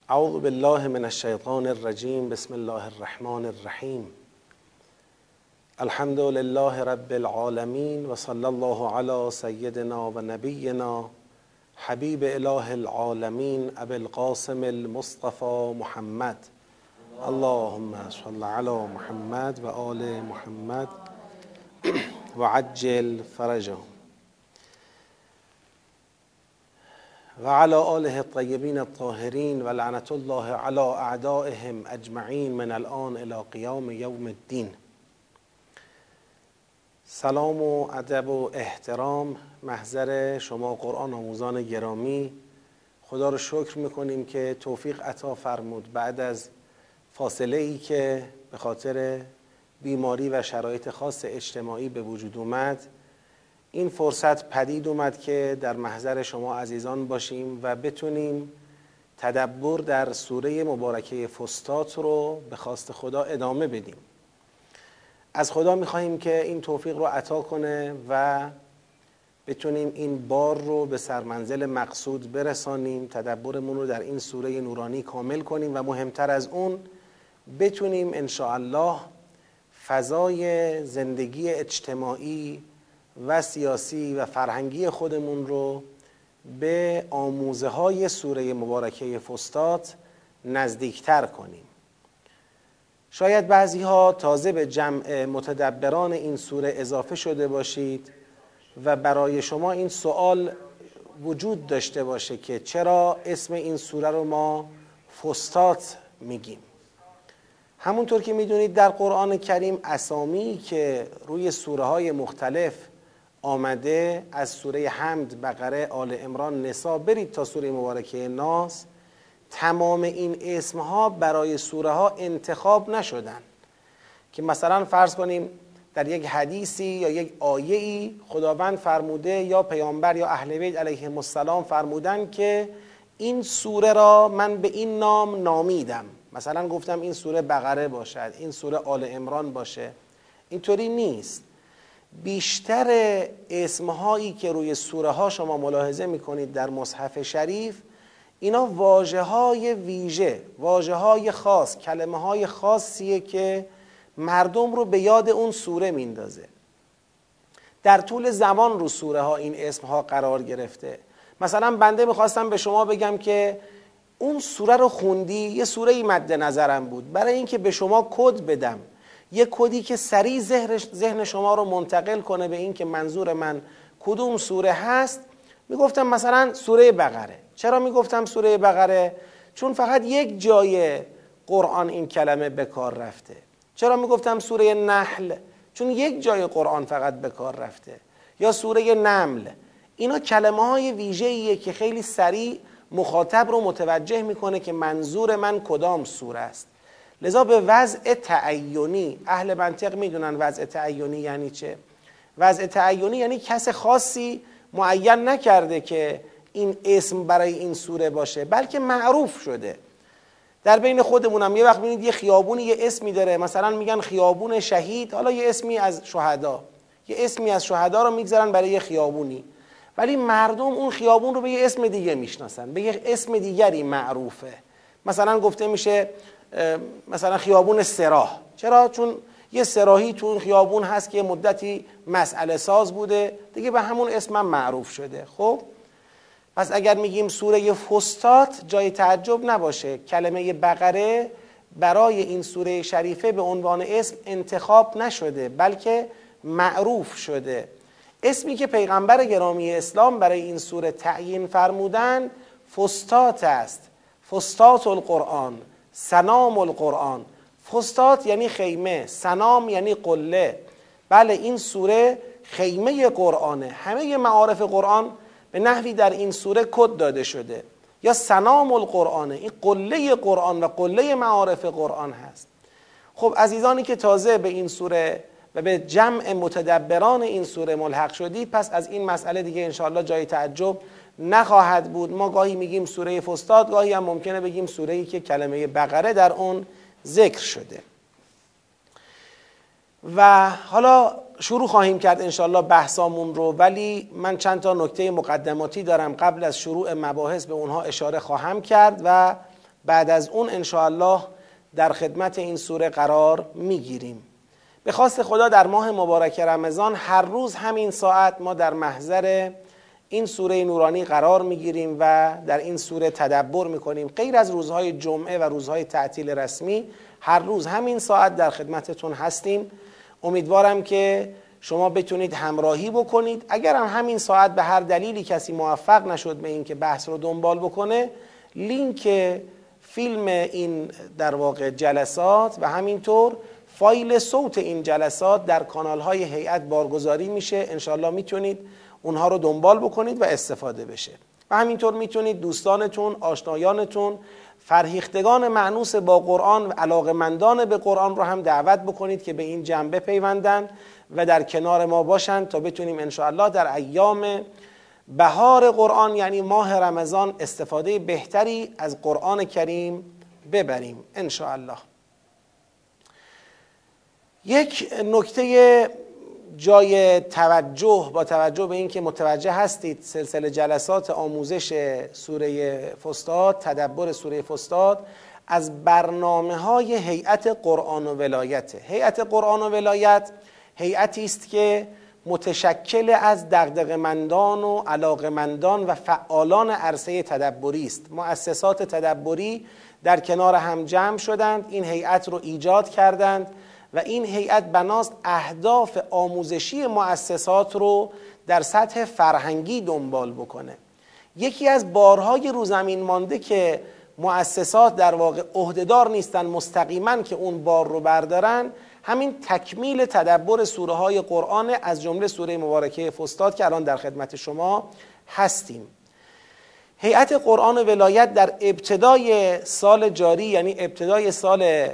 اعوذ بالله من الشیطان الرجیم. بسم الله الرحمن الرحیم. الحمد لله رب العالمین و صلی الله علی سیدنا و نبینا حبیب اله العالمین ابی القاسم المصطفى محمد. اللهم صل علی محمد و آل محمد و عجل فرجهم و علی آله الطیبین الطاهرین و لعنت الله علی اعدائهم اجمعین من الان الی قیام یوم الدین. سلام و ادب و احترام محضر شما قرآن آموزان گرامی. خدا رو شکر میکنیم که توفیق عطا فرمود بعد از فاصله ای که به خاطر بیماری و شرایط خاص اجتماعی به وجود اومد، این فرصت پدید اومد که در محضر شما عزیزان باشیم و بتونیم تدبر در سوره مبارکه فستات رو به خواست خدا ادامه بدیم. از خدا میخواهیم که این توفیق رو عطا کنه و بتونیم این بار رو به سرمنزل مقصود برسانیم، تدبرمون رو در این سوره نورانی کامل کنیم و مهمتر از اون بتونیم انشاءالله فضای زندگی اجتماعی و سیاسی و فرهنگی خودمون رو به آموزه های سوره مبارکه فستات نزدیکتر کنیم. شاید بعضی ها تازه به جمع متدبران این سوره اضافه شده باشید و برای شما این سوال وجود داشته باشه که چرا اسم این سوره رو ما فستات میگیم. همونطور که میدونید در قرآن کریم اسامی که روی سوره های مختلف آمده، از سوره حمد، بقره، آل عمران، نساء برید تا سوره مبارکه ناس، تمام این اسمها برای سوره ها انتخاب نشدن که مثلا فرض کنیم در یک حدیثی یا یک آیه‌ای خداوند فرموده یا پیامبر یا اهل بیت علیهم السلام فرمودن که این سوره را من به این نام نامیدم، مثلا گفتم این سوره بقره باشد، این سوره آل عمران باشه. اینطوری نیست. بیشتر اسمهایی که روی سوره ها شما ملاحظه میکنید در مصحف شریف، اینا واژه های ویژه، واژه های خاص، کلمه های خاصیه که مردم رو به یاد اون سوره میندازه. در طول زمان رو سوره ها این اسمها قرار گرفته. مثلا بنده میخواستم به شما بگم که اون سوره رو خوندی، یه سوره ای مد نظرم بود، برای اینکه به شما کد بدم، یه کدی که سریع ذهن شما رو منتقل کنه به این که منظور من کدوم سوره هست، میگفتم مثلا سوره بقره. چرا میگفتم سوره بقره؟ چون فقط یک جای قرآن این کلمه به کار رفته. چرا میگفتم سوره نحل؟ چون یک جای قرآن فقط به کار رفته. یا سوره نمل. اینا کلمه های ویژه‌ایه که خیلی سریع مخاطب رو متوجه میکنه که منظور من کدام سوره است. لذا به وضع تعینی، اهل منطق میدونن وضع تعینی یعنی چه؟ وضع تعینی یعنی کس خاصی معین نکرده که این اسم برای این سوره باشه، بلکه معروف شده. در بین خودمونم یه وقت میبینید یه خیابونی یه اسمی داره، مثلا میگن خیابون شهید، حالا یه اسمی از شهدا، یه اسمی از شهدا رو میگذارن برای یه خیابونی، ولی مردم اون خیابون رو به یه اسم دیگه میشناسن، به یه اسم دیگری معروفه. مثلا گفته میشه مثلا خیابون سراح. چرا؟ چون یه سراحی تو اون خیابون هست که مدتی مسئله ساز بوده دیگه، به همون اسم معروف شده. خب پس اگر میگیم سوره فستات، جای تعجب نباشه کلمه بقره برای این سوره شریفه به عنوان اسم انتخاب نشده، بلکه معروف شده. اسمی که پیغمبر گرامی اسلام برای این سوره تعیین فرمودن فستات است. فستات القرآن، سنام القرآن. فستات یعنی خیمه، سنام یعنی قله. بله این سوره خیمه قرآنه. همه معارف قرآن به نحوی در این سوره کد داده شده. یا سنام القرآنه، این قله قرآن و قله معارف قرآن هست. خب عزیزانی که تازه به این سوره و به جمع متدبران این سوره ملحق شدید، پس از این مسئله دیگه انشاءالله جای تعجب نخواهد بود. ما گاهی میگیم سوره فستاد، گاهی هم ممکنه بگیم سوره‌ای که کلمه بقره در اون ذکر شده. و حالا شروع خواهیم کرد انشاءالله بحثامون رو، ولی من چند تا نکته مقدماتی دارم. قبل از شروع مباحث به اونها اشاره خواهم کرد و بعد از اون انشاءالله در خدمت این سوره قرار میگیریم. به خواست خدا در ماه مبارک رمضان هر روز همین ساعت ما در محضر این سوره نورانی قرار میگیریم و در این سوره تدبر میکنیم. غیر از روزهای جمعه و روزهای تعطیل رسمی هر روز همین ساعت در خدمتتون هستیم. امیدوارم که شما بتونید همراهی بکنید. اگر هم همین ساعت به هر دلیلی کسی موفق نشد به این که بحث رو دنبال بکنه، لینک فیلم این در واقع جلسات و همینطور فایل صوت این جلسات در کانال‌های هیئت بارگذاری میشه. انشالله میتونید اونها رو دنبال بکنید و استفاده بشه. و همینطور میتونید دوستانتون، آشنایانتون، فرهیختگان مأنوس با قرآن و علاقه‌مندان به قرآن رو هم دعوت بکنید که به این جنبه پیوندن و در کنار ما باشن تا بتونیم انشاءالله در ایام بهار قرآن یعنی ماه رمضان استفاده بهتری از قرآن کریم ببریم انشاءالله. یک نکته جای توجه، با توجه به اینکه متوجه هستید سلسله جلسات آموزش سوره فستاد، تدبر سوره فستاد از برنامه‌های هیئت قرآن و ولایت. هیئت قرآن و ولایت هیئتی است که متشکل از دغدغه‌مندان و علاقه‌مندان و فعالان عرصه تدبری است. مؤسسات تدبری در کنار هم جمع شدند، این هیئت رو ایجاد کردند و این هیئت بناست اهداف آموزشی مؤسسات رو در سطح فرهنگی دنبال بکنه. یکی از بارهای رو زمین مانده که مؤسسات در واقع عهدهدار نیستن مستقیما که اون بار رو بردارن، همین تکمیل تدبر سوره های قرآن از جمله سوره مبارکه فستاد که الان در خدمت شما هستیم. هیئت قرآن و ولایت در ابتدای سال جاری یعنی ابتدای سال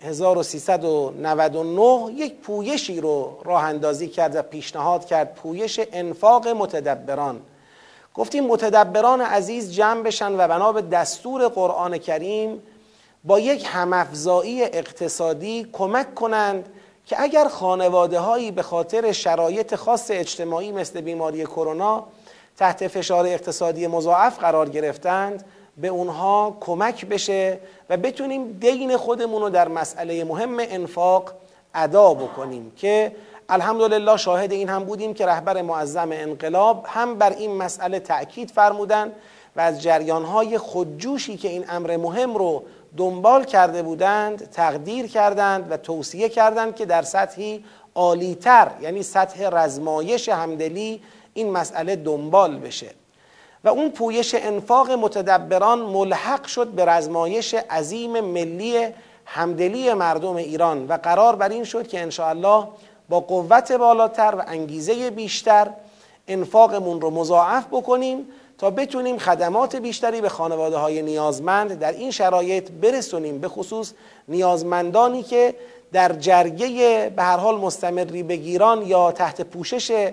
1399 یک پویشی رو راه اندازی کرد و پیشنهاد کرد، پویش انفاق متدبران. گفتیم متدبران عزیز جمع بشن و بنا به دستور قرآن کریم با یک همافزایی اقتصادی کمک کنند که اگر خانواده هایی به خاطر شرایط خاص اجتماعی مثل بیماری کرونا تحت فشار اقتصادی مضاعف قرار گرفتند به اونها کمک بشه و بتونیم دین خودمون رو در مسئله مهم انفاق ادا بکنیم که الحمدلله شاهد این هم بودیم که رهبر معظم انقلاب هم بر این مسئله تأکید فرمودند و از جریانهای خودجوشی که این امر مهم رو دنبال کرده بودند تقدیر کردند و توصیه کردند که در سطحی عالی‌تر یعنی سطح رزمایش همدلی این مسئله دنبال بشه و اون پویش انفاق متدبران ملحق شد به رزمایش عظیم ملی همدلی مردم ایران و قرار بر این شد که انشاءالله با قوت بالاتر و انگیزه بیشتر انفاقمون رو مضاعف بکنیم تا بتونیم خدمات بیشتری به خانواده های نیازمند در این شرایط برسونیم، به خصوص نیازمندانی که در جرگه به هر حال مستمری بگیران یا تحت پوشش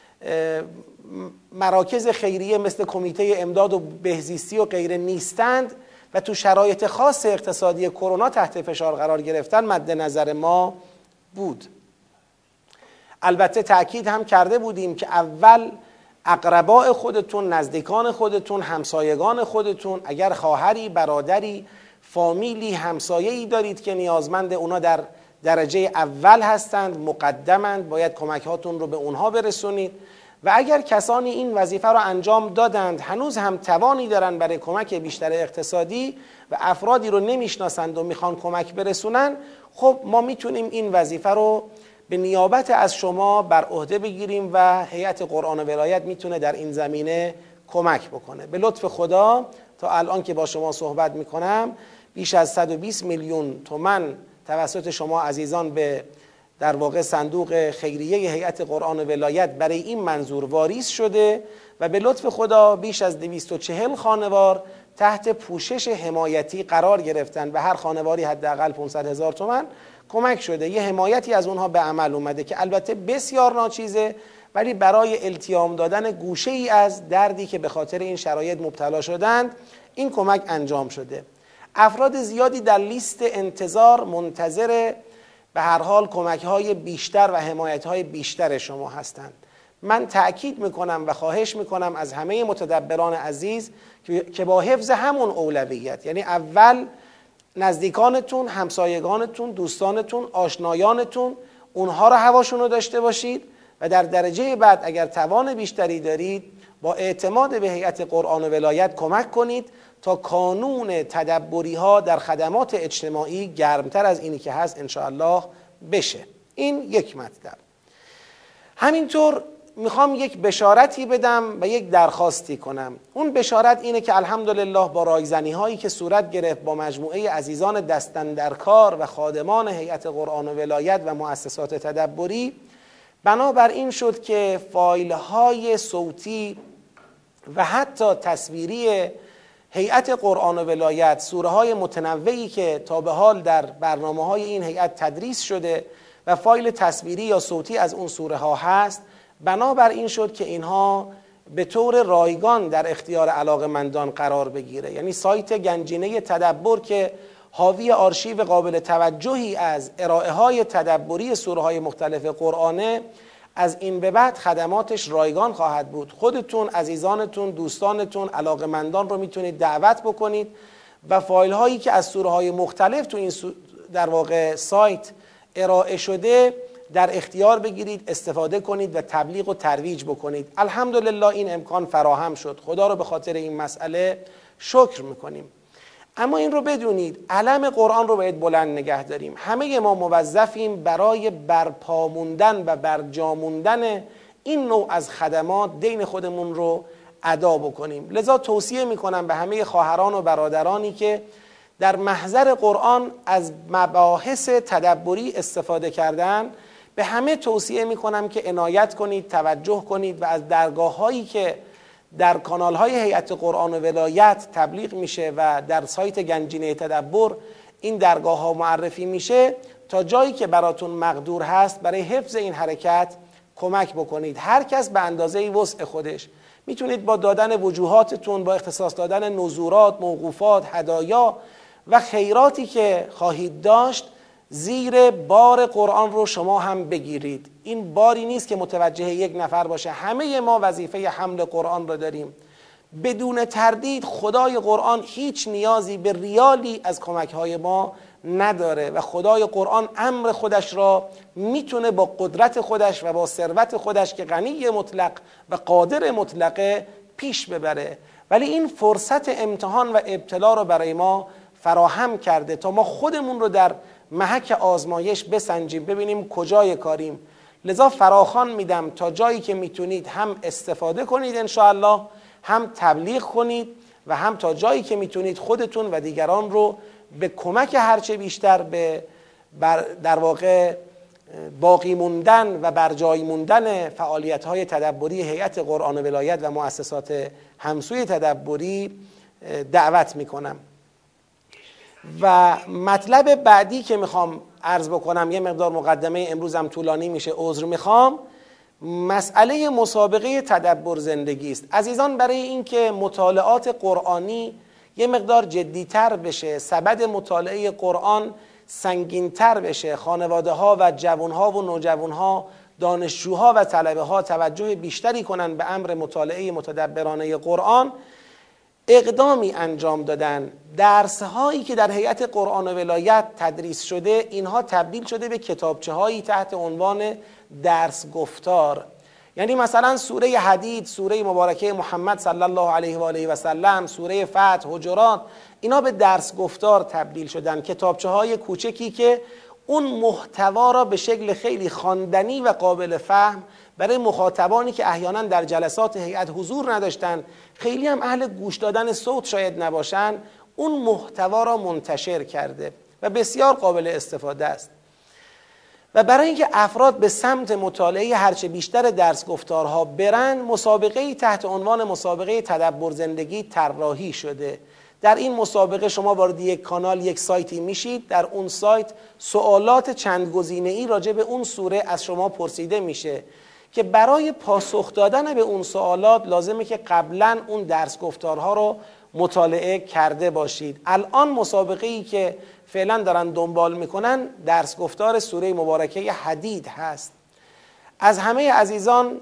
مراکز خیریه مثل کمیته امداد و بهزیستی و غیره نیستند و تو شرایط خاص اقتصادی کرونا تحت فشار قرار گرفتن مد نظر ما بود. البته تأکید هم کرده بودیم که اول اقرباء خودتون، نزدیکان خودتون، همسایگان خودتون، اگر خواهری، برادری، فامیلی، همسایه‌ای دارید که نیازمند اونا در درجه اول هستند، مقدمند، باید کمک هاتون رو به اونها برسونید و اگر کسانی این وظیفه رو انجام دادند هنوز هم توانی دارن برای کمک بیشتر اقتصادی و افرادی رو نمیشناسند و میخوان کمک برسونن، خب ما میتونیم این وظیفه رو به نیابت از شما بر عهده بگیریم و هیئت قرآن و ولایت میتونه در این زمینه کمک بکنه. به لطف خدا تا الان که با شما صحبت میکنم بیش از 120 میلیون تومان توسط شما عزیزان به در واقع صندوق خیریه هیئت قرآن و ولایت برای این منظور واریز شده و به لطف خدا بیش از 240 خانوار تحت پوشش حمایتی قرار گرفتن و هر خانواری حداقل 500,000 تومان کمک شده. یه حمایتی از اونها به عمل اومده که البته بسیار ناچیزه ولی برای التیام دادن گوشه ای از دردی که به خاطر این شرایط مبتلا شدند این کمک انجام شده. افراد زیادی در لیست انتظار منتظر به هر حال کمک های بیشتر و حمایت های بیشتر شما هستند. من تأکید میکنم و خواهش میکنم از همه متدبران عزیز که با حفظ همون اولویت، یعنی اول نزدیکانتون، همسایگانتون، دوستانتون، آشنایانتون، اونها رو هواشون رو داشته باشید و در درجه بعد اگر توان بیشتری دارید با اعتماد به هیئت قرآن و ولایت کمک کنید تا کانون تدبری ها در خدمات اجتماعی گرمتر از اینی که هست انشاءالله بشه. این یک مطلب. همینطور میخوام یک بشارتی بدم و یک درخواستی کنم. اون بشارت اینه که الحمدلله با رایزنی هایی که صورت گرفت با مجموعه عزیزان دستاندرکار و خادمان هیئت قرآن و ولایت و مؤسسات تدبری، بنابر این شد که فایل های صوتی و حتی تصویری هیئت قرآن و ولایت، سوره های متنوعی که تا به حال در برنامه های این هیئت تدریس شده و فایل تصویری یا صوتی از اون سوره ها هست، بنابر این شد که اینها به طور رایگان در اختیار علاقه‌مندان قرار بگیره. یعنی سایت گنجینه تدبر که حاوی آرشیو قابل توجهی از ارائه های تدبری سوره های مختلف قرآنه، از این به بعد خدماتش رایگان خواهد بود. خودتون، عزیزانتون، دوستانتون، علاقه‌مندان رو میتونید دعوت بکنید و فایل هایی که از سوره های مختلف تو این در واقع سایت ارائه شده در اختیار بگیرید، استفاده کنید و تبلیغ و ترویج بکنید. الحمدلله این امکان فراهم شد. خدا رو به خاطر این مسئله شکر میکنیم. اما این رو بدونید، علم قرآن رو باید بلند نگه داریم. همه ما موظفیم برای برپا موندن و برجا موندن این نوع از خدمات دین خودمون رو ادا بکنیم. لذا توصیه میکنم به همه خواهران و برادرانی که در محضر قرآن از مباحث تدبری استفاده کردن، به همه توصیه میکنم که عنایت کنید، توجه کنید و از درگاه هایی که در کانال های هیئت قرآن و ولایت تبلیغ میشه و در سایت گنجینه تدبر این درگاه ها معرفی میشه، تا جایی که براتون مقدور هست برای حفظ این حرکت کمک بکنید. هر کس به اندازه وسع خودش. میتونید با دادن وجوهاتتون، با اختصاص دادن نذورات، موقوفات، هدایا و خیراتی که خواهید داشت زیر بار قرآن رو شما هم بگیرید. این باری نیست که متوجه یک نفر باشه. همه ما وظیفه حمل قرآن رو داریم. بدون تردید خدای قرآن هیچ نیازی به ریالی از کمک‌های ما نداره و خدای قرآن امر خودش را میتونه با قدرت خودش و با ثروت خودش که غنی مطلق و قادر مطلقه پیش ببره. ولی این فرصت امتحان و ابتلا رو برای ما فراهم کرده تا ما خودمون رو در محک آزمایش بسنجیم، ببینیم کجای کاریم. لذا فراخوان میدم تا جایی که میتونید هم استفاده کنید انشاءالله، هم تبلیغ کنید و هم تا جایی که میتونید خودتون و دیگران رو به کمک هرچه بیشتر به در واقع باقی موندن و برجای موندن فعالیت‌های تدبری هیئت قرآن و ولایت و مؤسسات همسوی تدبری دعوت میکنم. و مطلب بعدی که میخوام عرض بکنم، یه مقدار مقدمه امروزم طولانی میشه، عذر میخوام، مسئله مسابقه تدبر زندگی است. عزیزان، برای اینکه مطالعات قرآنی یه مقدار جدیتر بشه، سبد مطالعه قرآن سنگینتر بشه، خانواده ها و جوان ها و نوجوان ها، دانشجوها و طلبه ها توجه بیشتری کنن به امر مطالعه متدبرانه قرآن، اقدامی انجام دادن. درس هایی که در هیئت قرآن و ولایت تدریس شده، اینها تبدیل شده به کتابچه هایی تحت عنوان درس گفتار. یعنی مثلا سوره حدید، سوره مبارکه محمد صلی الله علیه و آله و سلم، سوره فتح، حجرات، اینا به درس گفتار تبدیل شدن. کتابچه های کوچکی که اون محتوا را به شکل خیلی خواندنی و قابل فهم برای مخاطبانی که احیانا در جلسات هیئت حضور نداشتن، خیلی هم اهل گوش دادن صوت شاید نباشن، اون محتوا را منتشر کرده و بسیار قابل استفاده است. و برای اینکه افراد به سمت مطالعه هرچه بیشتر درس گفتارها برن، مسابقه تحت عنوان مسابقه تدبر زندگی طراحی شده. در این مسابقه شما وارد یک کانال، یک سایتی میشید، در اون سایت سوالات چند گزینه‌ای راجع به اون سوره از شما پرسیده میشه که برای پاسخ دادن به اون سوالات لازمه که قبلا اون درس گفتارها رو مطالعه کرده باشید. الان مسابقه‌ای که فعلا دارن دنبال میکنن درس گفتار سوره مبارکه حدید هست. از همه عزیزان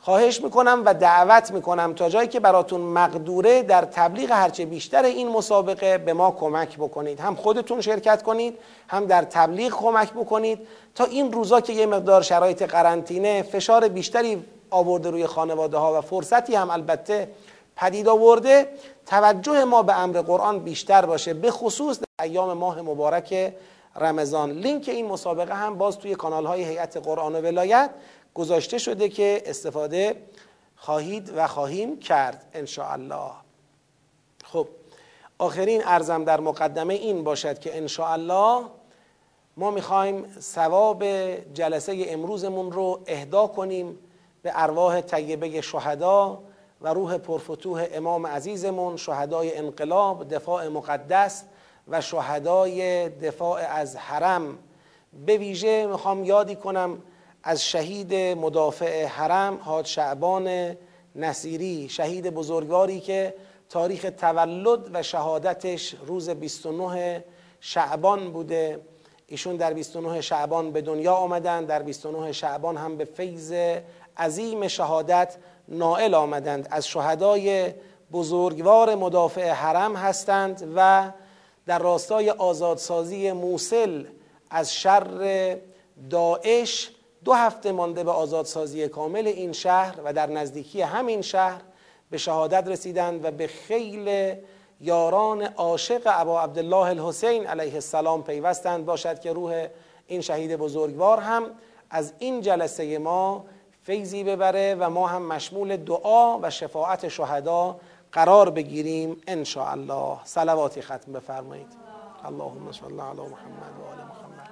خواهش میکنم و دعوت میکنم تا جایی که براتون مقدوره در تبلیغ هرچه بیشتر این مسابقه به ما کمک بکنید، هم خودتون شرکت کنید، هم در تبلیغ کمک بکنید تا این روزا که یه مقدار شرایط قرنطینه فشار بیشتری آورده روی خانواده ها و فرصتی هم البته پدید آورده، توجه ما به امر قرآن بیشتر باشه، به خصوص در ایام ماه مبارک رمضان. لینک این مسابقه هم باز توی کانال های هیئت قرآن و ولایت گذاشته شده که استفاده خواهید و خواهیم کرد ان شاء الله. خب آخرین عرضم در مقدمه این باشد که ان شاء الله ما میخوایم ثواب جلسه امروزمون رو اهدا کنیم به ارواح طیبه شهدا و روح پرفتوح امام عزیزمون، شهدای انقلاب، دفاع مقدس و شهدای دفاع از حرم. به ویژه میخوام یادی کنم از شهید مدافع حرم حاج شعبان نصیری، شهید بزرگواری که تاریخ تولد و شهادتش روز 29 شعبان بوده. ایشون در 29 شعبان به دنیا آمدند، در 29 شعبان هم به فیض عظیم شهادت نائل آمدند. از شهدای بزرگوار مدافع حرم هستند و در راستای آزادسازی موصل از شر داعش 2 هفته مانده به آزادسازی کامل این شهر و در نزدیکی همین شهر به شهادت رسیدند و به خیل یاران عاشق ابا عبدالله الحسین علیه السلام پیوستند. باشد که روح این شهید بزرگوار هم از این جلسه ما فیضی ببره و ما هم مشمول دعا و شفاعت شهدا قرار بگیریم ان شاء الله. صلواتی ختم بفرمایید. اللهم صل علی محمد و آل محمد.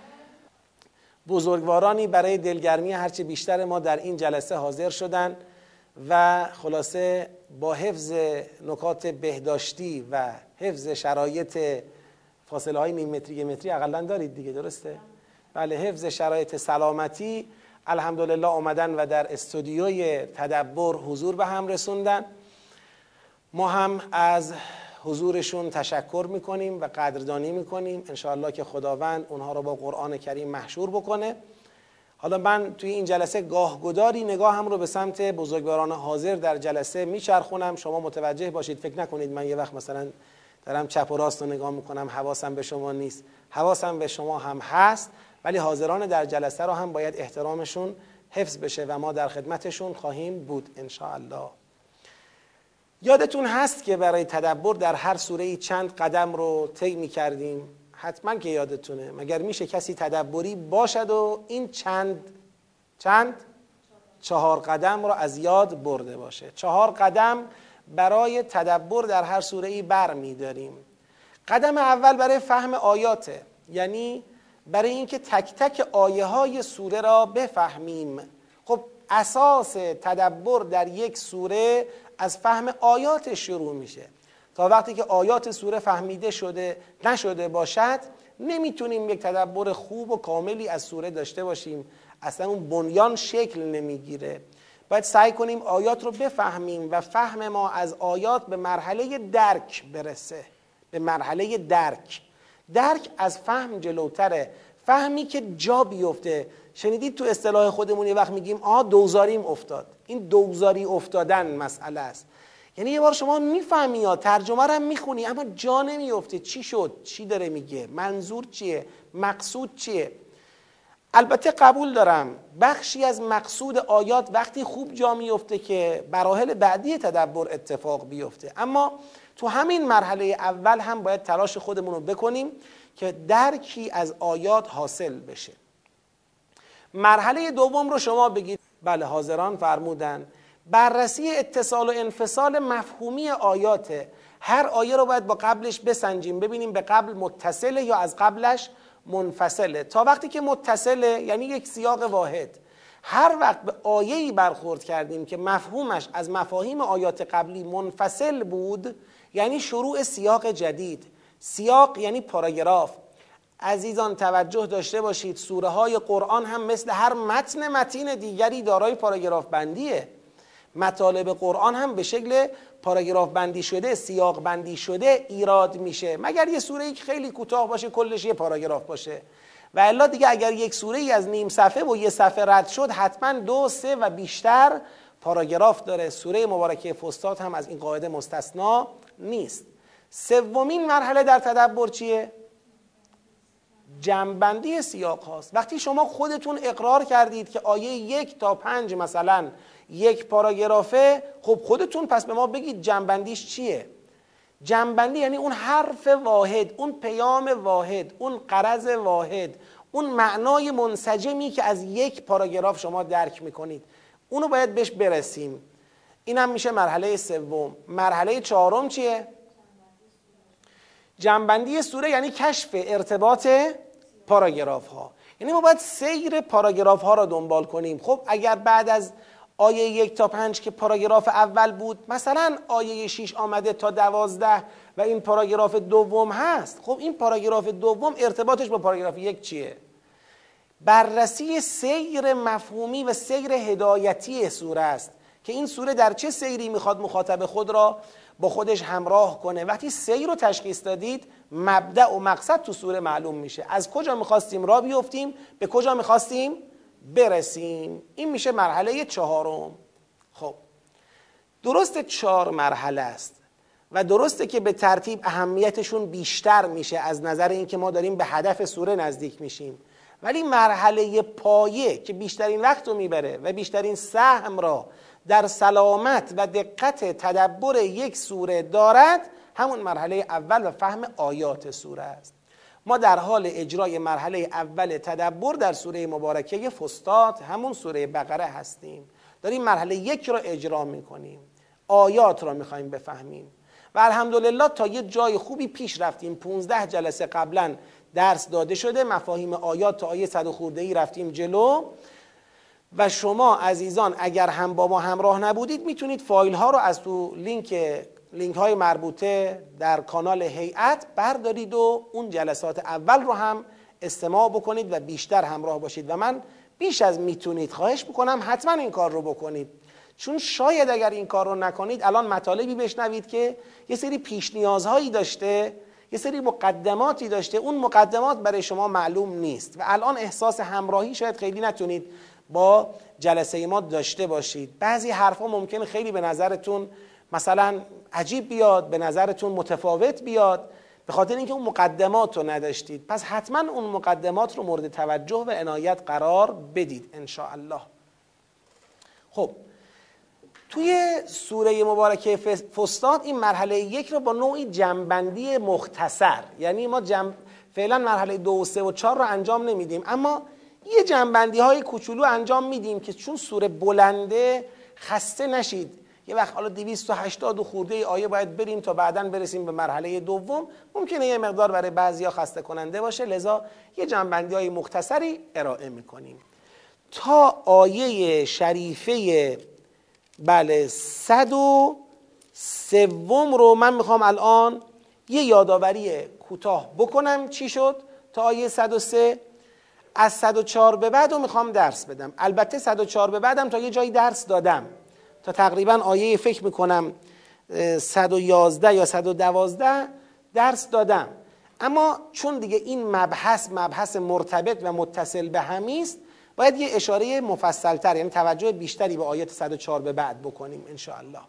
بزرگوارانی برای دلگرمی هرچه بیشتر ما در این جلسه حاضر شدند و خلاصه با حفظ نکات بهداشتی و حفظ شرایط فاصله های نیم متری 1 متری اقلا دارید دیگه، درسته؟ بله، حفظ شرایط سلامتی الحمدلله آمدن و در استودیوی تدبر حضور به هم رسوندن. ما هم از حضورشون تشکر میکنیم و قدردانی میکنیم. انشاءالله که خداوند اونها رو با قرآن کریم محشور بکنه. حالا من توی این جلسه گاهگداری نگاه هم رو به سمت بزرگواران حاضر در جلسه میچرخونم. شما متوجه باشید، فکر نکنید من یه وقت مثلا دارم چپ و راست رو نگاه میکنم حواسم به شما نیست. حواسم به شما هم هست، ولی حاضران در جلسه رو هم باید احترامشون حفظ بشه و ما در خدمتشون خواهیم بود انشاءالله. یادتون هست که برای تدبر در هر سوره‌ای چند قدم رو طی می‌کردیم؟ حتما که یادتونه. مگر میشه کسی تدبری باشد و این چند 4 قدم رو از یاد برده باشه؟ 4 قدم برای تدبر در هر سوره‌ای برمی‌داریم. قدم اول برای فهم آیاته، یعنی برای اینکه تک تک آیه های سوره را بفهمیم. خب اساس تدبر در یک سوره از فهم آیات شروع میشه. تا وقتی که آیات سوره فهمیده نشده باشد نمیتونیم یک تدبر خوب و کاملی از سوره داشته باشیم. اصلا اون بنیان شکل نمیگیره. باید سعی کنیم آیات رو بفهمیم و فهم ما از آیات به مرحله درک برسه. به مرحله درک از فهم جلوتره. فهمی که جا بیفته. شنیدید تو اصطلاح خودمون یه وقت میگیم دوزاریم افتاد. این دوزاری افتادن مسئله است. یعنی یه بار شما میفهمی یا ترجمه رو هم میخونی اما جا نمیفته. چی شد؟ چی داره میگه؟ منظور چیه؟ مقصود چیه؟ البته قبول دارم بخشی از مقصود آیات وقتی خوب جا میفته که مراحل بعدی تدبر اتفاق بیفته، اما تو همین مرحله اول هم باید تلاش خودمون رو بکنیم که درکی از آیات حاصل بشه. مرحله دوم رو شما بگید. بله، حاضران فرمودن بررسی اتصال و انفصال مفهومی آیاته. هر آیه رو باید با قبلش بسنجیم، ببینیم به قبل متصله یا از قبلش منفصله. تا وقتی که متصله یعنی یک سیاق واحد. هر وقت به آیه‌ای برخورد کردیم که مفهومش از مفاهیم آیات قبلی منفصل بود یعنی شروع سیاق جدید. سیاق یعنی پاراگراف. عزیزان توجه داشته باشید سوره های قرآن هم مثل هر متن دیگری دارای پاراگراف بندیه. مطالب قرآن هم به شکل پاراگراف بندی شده، سیاق بندی شده ایراد میشه، مگر یه سوره ای که خیلی کوتاه باشه کلش یه پاراگراف باشه. و الا دیگه اگر یک سوره ای از نیم صفحه و 1 صفحه رد شد حتما 2 3 و بیشتر پاراگراف داره. سوره مبارکه فستاد هم از این قاعده مستثنا نیست. سومین مرحله در تدبر چیه؟ جمع‌بندی سیاق هاست. وقتی شما خودتون اقرار کردید که آیه 1 تا 5 مثلا یک پاراگرافه، خب خودتون پس به ما بگید جمع‌بندیش چیه؟ جمع‌بندی یعنی اون حرف واحد، اون پیام واحد، اون غرض واحد، اون معنای منسجمی که از یک پاراگراف شما درک میکنید، اونو باید بهش برسیم. این هم میشه مرحله سوم. مرحله چهارم چیه؟ جمع‌بندی سوره یعنی کشف ارتباط پاراگراف ها. یعنی ما باید سیر پاراگراف ها را دنبال کنیم. خب اگر بعد از آیه 1 تا 5 که پاراگراف اول بود، مثلا آیه 6 آمده تا 12 و این پاراگراف دوم هست، خب این پاراگراف دوم ارتباطش با پاراگراف 1 چیه؟ بررسی سیر مفهومی و سیر هدایتی سوره است که این سوره در چه سیری میخواد مخاطب خود را با خودش همراه کنه. وقتی سیر رو تشخیص دادید، مبدأ و مقصد تو سوره معلوم میشه. از کجا میخواستیم راه بیفتیم، به کجا میخواستیم برسیم. این میشه مرحله چهارم. خب درسته 4 مرحله است و درسته که به ترتیب اهمیتشون بیشتر میشه از نظر اینکه ما داریم به هدف سوره نزدیک میشیم، ولی مرحله پایه که بیشترین وقت رو میبره و بیشترین سهم را در سلامت و دقت تدبر یک سوره دارد، همون مرحله اول و فهم آیات سوره است. ما در حال اجرای مرحله اول تدبر در سوره مبارکه فستاد، همون سوره بقره هستیم. داریم مرحله 1 را اجرا میکنیم، آیات را میخوایم بفهمیم و الحمدلله تا یه جای خوبی پیش رفتیم. 15 جلسه قبلا درس داده شده، مفاهیم آیات تا آیه 100 خورده‌ای رفتیم جلو و شما عزیزان اگر هم با ما همراه نبودید میتونید فایل ها رو از تو لینک های مربوطه در کانال هیئت بردارید و اون جلسات اول رو هم استماع بکنید و بیشتر همراه باشید و من بیش از میتونید خواهش میکنم حتما این کار رو بکنید، چون شاید اگر این کار رو نکنید الان مطالبی بشنوید که یه سری پیش نیازهایی داشته، یه سری مقدماتی داشته، اون مقدمات برای شما معلوم نیست و الان احساس همراهی شاید خیلی نتونید با جلسه ما داشته باشید. بعضی حرفا ممکنه خیلی به نظرتون مثلا عجیب بیاد، به نظرتون متفاوت بیاد، به خاطر اینکه اون مقدمات رو نداشتید. پس حتما اون مقدمات رو مورد توجه و عنایت قرار بدید ان شاء الله. خب توی سوره مبارکه فستاد این مرحله 1 رو با نوعی جمع‌بندی مختصر، یعنی ما فعلا مرحله 2 و 3 و 4 رو انجام نمیدیم، اما یه جمع‌بندی های کوچولو انجام میدیم که چون سوره بلنده خسته نشید. یه وقت حالا 280 خورده آیه باید بریم تا بعداً برسیم به مرحله دوم، ممکنه یه مقدار برای بعضیا خسته کننده باشه، لذا یه جمع‌بندی های مختصری ارائه میکنیم. تا آیه شریفه 103 رو من میخوام الان یه یادآوری کوتاه بکنم چی شد تا آیه 103. از 104 به بعد رو میخوام درس بدم. البته 104 به بعدم تا یه جایی درس دادم، تا تقریبا آیه فکر میکنم 111 یا 112 درس دادم، اما چون دیگه این مبحث مرتبط و متصل به همی است، باید یه اشاره مفصل‌تر، یعنی توجه بیشتری به آیات 104 به بعد بکنیم ان شاء الله.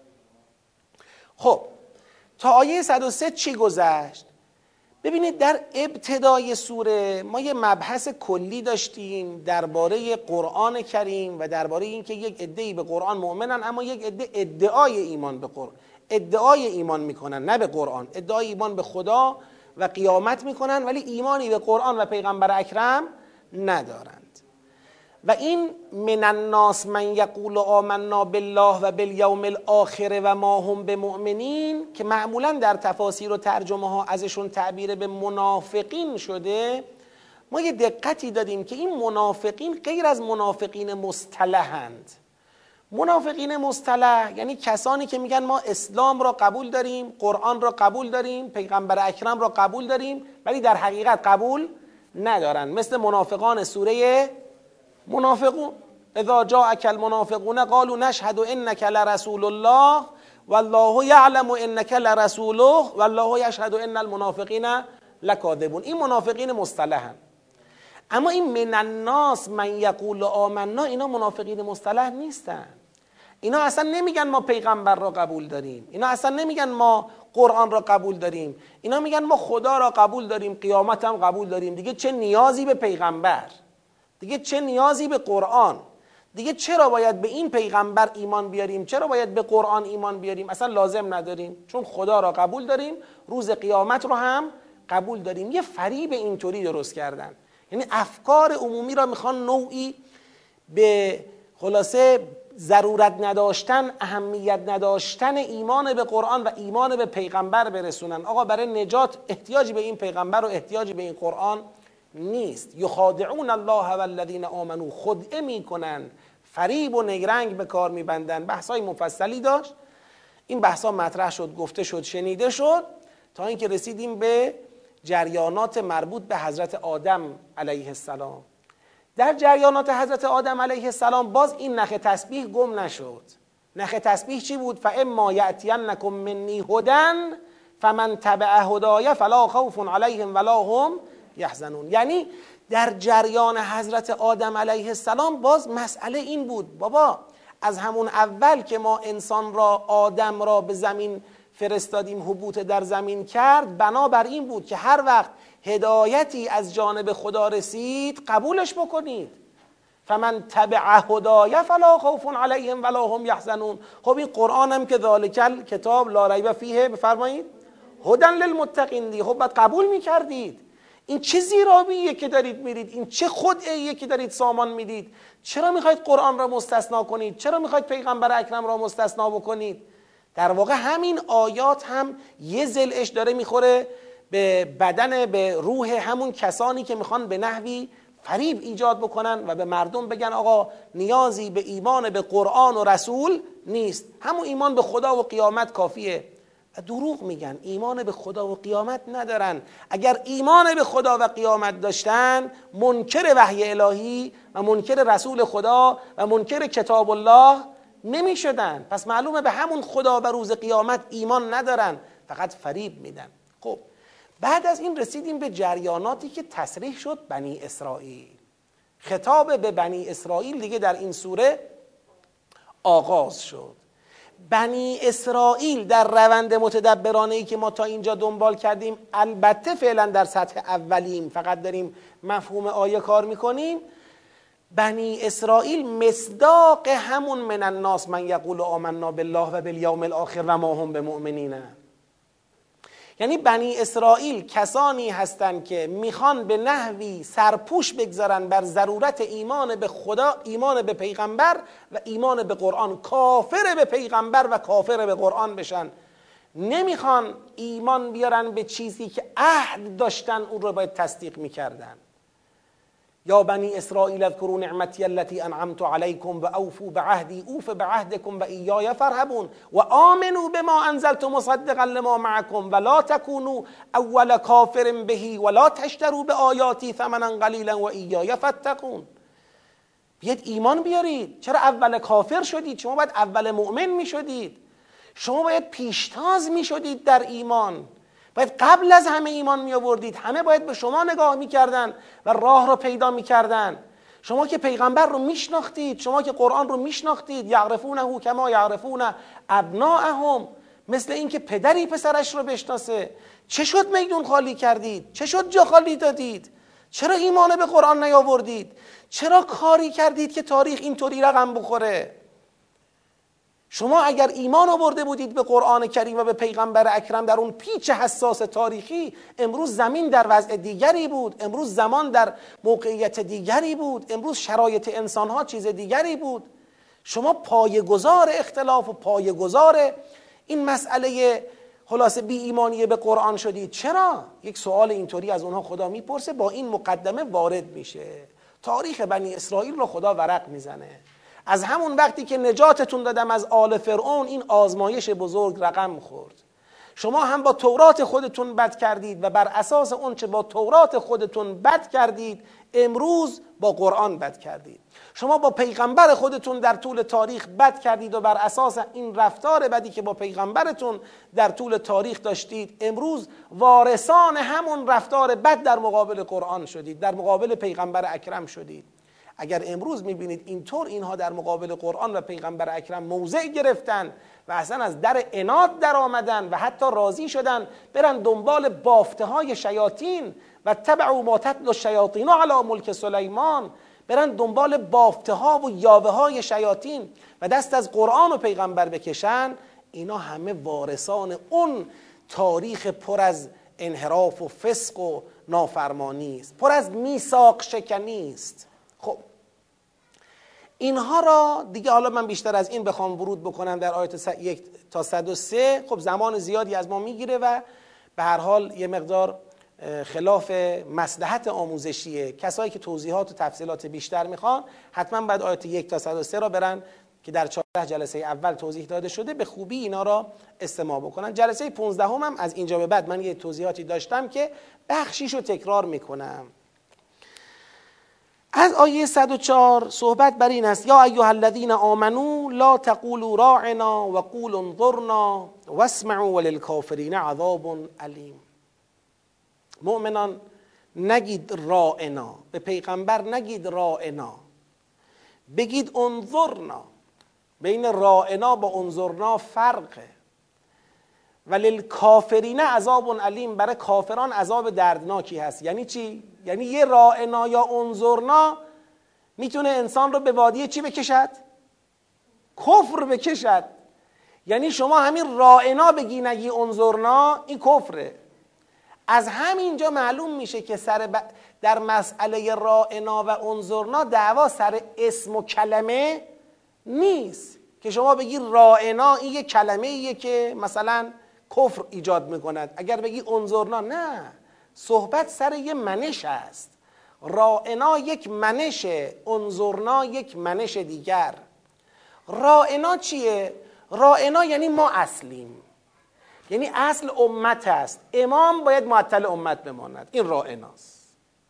خب تا آیه 103 چی گذشت؟ ببینید در ابتدای سوره ما یه مبحث کلی داشتیم درباره قرآن کریم و درباره اینکه یک عده‌ای به قرآن مؤمنن، اما یک عده ادعای ایمان به قرآن، ادعای ایمان میکنن، نه به قرآن، ادعای ایمان به خدا و قیامت میکنن ولی ایمانی به قرآن و پیغمبر اکرم ندارند. و این من الناس من یقول آمنا بالله و بالیوم الاخر و ما هم بمؤمنین که معمولا در تفاسیر و ترجمه ها ازشون تعبیر به منافقین شده، ما یه دقتی دادیم که این منافقین غیر از منافقین مصطلحند. منافقین مصطلح یعنی کسانی که میگن ما اسلام را قبول داریم، قرآن را قبول داریم، پیغمبر اکرم را قبول داریم، ولی در حقیقت قبول ندارن، مثل منافقان سوره منافقون. اذا جاءك المنافقون قالوا نشهد انك لرسول الله والله يعلم انك لرسوله والله يشهد ان المنافقین لکاذبون. این منافقین مصطلحن. اما این من الناس من یقول آمنا، اینا منافقین مصطلح نیستن. اینا اصلا نمیگن ما پیغمبر را قبول داریم، اینا اصلا نمیگن ما قرآن را قبول داریم، اینا میگن ما خدا را قبول داریم، قیامت هم قبول داریم، دیگه چه نیازی به پیغمبر، دیگه چه نیازی به قرآن، دیگه چرا باید به این پیغمبر ایمان بیاریم، چرا باید به قرآن ایمان بیاریم، اصلا لازم نداریم، چون خدا را قبول داریم، روز قیامت رو هم قبول داریم. یه فریب اینطوری درست کردن، یعنی افکار عمومی را میخوان نوعی به خلاصه ضرورت نداشتن، اهمیت نداشتن ایمان به قرآن و ایمان به پیغمبر برسونن. آقا برای نجات احتیاجی به این پیغمبر و احتیاجی به این قرآن نیست. یخادعون الله والذین آمنوا، خدعه میکنن، فریب و نیرنگ به کار میبندن. بحثای مفصلی داشت، این بحثا مطرح شد، گفته شد، شنیده شد، تا اینکه رسیدیم به جریانات مربوط به حضرت آدم علیه السلام. در جریانات حضرت آدم علیه السلام باز این نخ تسبیح گم نشد. نخ تسبیح چی بود؟ فاما یأتینکم منی هدی فمن تبع هدای فلا خوف علیهم ولا هم یحزنون. یعنی در جریان حضرت آدم علیه السلام باز مسئله این بود، بابا از همون اول که ما انسان را، آدم را به زمین فرستادیم، هبوط در زمین کرد، بنابر این بود که هر وقت هدایتی از جانب خدا رسید قبولش بکنید. فمن تبع هدای فلا خوف علیهم ولا هم یحزنون. خب این قرآن هم که ذالک کتاب لا ریب فیه بفرمایید هدی للمتقین دی، خب باید قبول میکردید. این چه زیرابیه که دارید میرید؟ این چه خدعه‌ایه که دارید سامان میدید؟ چرا میخواید قرآن را مستثنا کنید؟ چرا میخواید پیغمبر اکرم را مستثنا بکنید؟ در واقع همین آیات هم یه ضلعش داره میخوره به بدن، به روح همون کسانی که میخوان به نحوی فریب ایجاد بکنن و به مردم بگن آقا نیازی به ایمان به قرآن و رسول نیست، همون ایمان به خدا و قیامت کافیه. و دروغ میگن، ایمان به خدا و قیامت ندارن. اگر ایمان به خدا و قیامت داشتن، منکر وحی الهی و منکر رسول خدا و منکر کتاب الله نمی شدن. پس معلومه به همون خدا و روز قیامت ایمان ندارن، فقط فریب میدن. خب بعد از این رسیدیم به جریاناتی که تصریح شد بنی اسرائیل. خطاب به بنی اسرائیل دیگه در این سوره آغاز شد. بنی اسرائیل در روند متدبرانه‌ای که ما تا اینجا دنبال کردیم، البته فعلا در سطح اولیم، فقط داریم مفهوم آیه کار میکنیم. بنی اسرائیل مصداق همون من الناس من یقول آمنا بالله و بالیوم الاخر و ما هم بمؤمنین. یعنی بنی اسرائیل کسانی هستند که میخوان به نحوی سرپوش بگذارن بر ضرورت ایمان به خدا، ایمان به پیغمبر و ایمان به قرآن، کافر به پیغمبر و کافر به قرآن بشن. نمیخوان ایمان بیارن به چیزی که عهد داشتن اون رو باید تصدیق میکردن. یا بنی اسرائیل اذکروا نعمتی التي انعمت علیکم و اوفوا بعهدی اوف بعهدکم و ایای فرهبون و آمنوا بما انزلت مصدقا لما معکم ولا تکونوا اول کافر بهی ولا تشتروا بآیاتی ثمنا قلیلا و ایای فاتقون. بیاید ایمان بیارید. چرا اول کافر شدید؟ شما باید اول مؤمن می شدید. شما باید پیشتاز می شدید در ایمان، باید قبل از همه ایمان می آوردید. همه باید به شما نگاه می کردن و راه را پیدا می کردن. شما که پیغمبر رو می شناختید، شما که قرآن رو می شناختید، یعرفونه کما یعرفون ابناءهم، مثل اینکه پدری پسرش رو بشناسه. چه شد میدون خالی کردید؟ چه شد جا خالی دادید؟ چرا ایمان به قرآن نیاوردید؟ چرا کاری کردید که تاریخ اینطوری رقم بخوره؟ شما اگر ایمان آورده بودید به قرآن کریم و به پیغمبر اکرم در اون پیچ حساس تاریخی، امروز زمین در وضع دیگری بود، امروز زمان در موقعیت دیگری بود، امروز شرایط انسانها چیز دیگری بود. شما پایه‌گذار اختلاف و پایه‌گذار این مسئله خلاصه بی ایمانی به قرآن شدید. چرا؟ یک سوال اینطوری از اونها خدا میپرسه، با این مقدمه وارد میشه. تاریخ بنی اسرائیل رو خدا ورق میزنه. از همون وقتی که نجاتتون دادم از آل فرعون، این آزمایش بزرگ رقم خورد. شما هم با تورات خودتون بد کردید و بر اساس اون چه با تورات خودتون بد کردید، امروز با قرآن بد کردید. شما با پیغمبر خودتون در طول تاریخ بد کردید و بر اساس این رفتار بدی که با پیغمبرتون در طول تاریخ داشتید، امروز وارثان همون رفتار بد در مقابل قرآن شدید، در مقابل پیغمبر اکرم شدید. اگر امروز میبینید اینطور اینها در مقابل قرآن و پیغمبر اکرم موضع گرفتن و اصلا از در عناد در آمدن و حتی راضی شدن برن دنبال بافته های شیاطین و تبعوا ما تتلو الشیاطین علی ملک سلیمان، برن دنبال بافته ها و یاوه های شیاطین و دست از قرآن و پیغمبر بکشن، اینا همه وارثان اون تاریخ پر از انحراف و فسق و نافرمانی است، پر از میثاق شکنی است. خب اینها را دیگه حالا من بیشتر از این بخوام ورود بکنم در آیات 1 تا 103 خب زمان زیادی از ما میگیره و به هر حال یه مقدار خلاف مصلحت آموزشیه. کسایی که توضیحات و تفصیلات بیشتر میخوان حتما باید آیات 1 تا 103 را برن که در 14 جلسه اول توضیح داده شده، به خوبی اینا را استماع بکنن. جلسه 15 هم از اینجا به بعد من یه توضیحاتی داشتم که بخشیش رو تکرار میکنم. از آیه 104 صحبت بر این است: یا ایها الذین آمنوا لا تقولوا راعنا و قولوا انظرنا واسمعوا وللکافرین عذاب علیم. مؤمنان نگید راعنا، به پیغمبر نگید راعنا، بگید انظرنا. بین راعنا با انظرنا فرقه. وللکافرین عذاب علیم، برای کافران عذاب دردناکی هست. یعنی چی؟ یعنی یه راعنا یا انظرنا میتونه انسان رو به وادی چی بکشد؟ کفر بکشد. یعنی شما همین راعنا بگی نگی انظرنا، این کفره. از همینجا معلوم میشه که در مسئله راعنا و انظرنا دعوا سر اسم و کلمه نیست که شما بگی راعنا این یه کلمه ایه که مثلا کفر ایجاد میکند، اگر بگی انظرنا نه، صحبت سر یه منش است. راعنا یک منشه، انظرنا یک منش دیگر. راعنا چیه؟ راعنا یعنی ما اصلیم، یعنی اصل امت است، امام باید معطل امت بماند، این راعناست.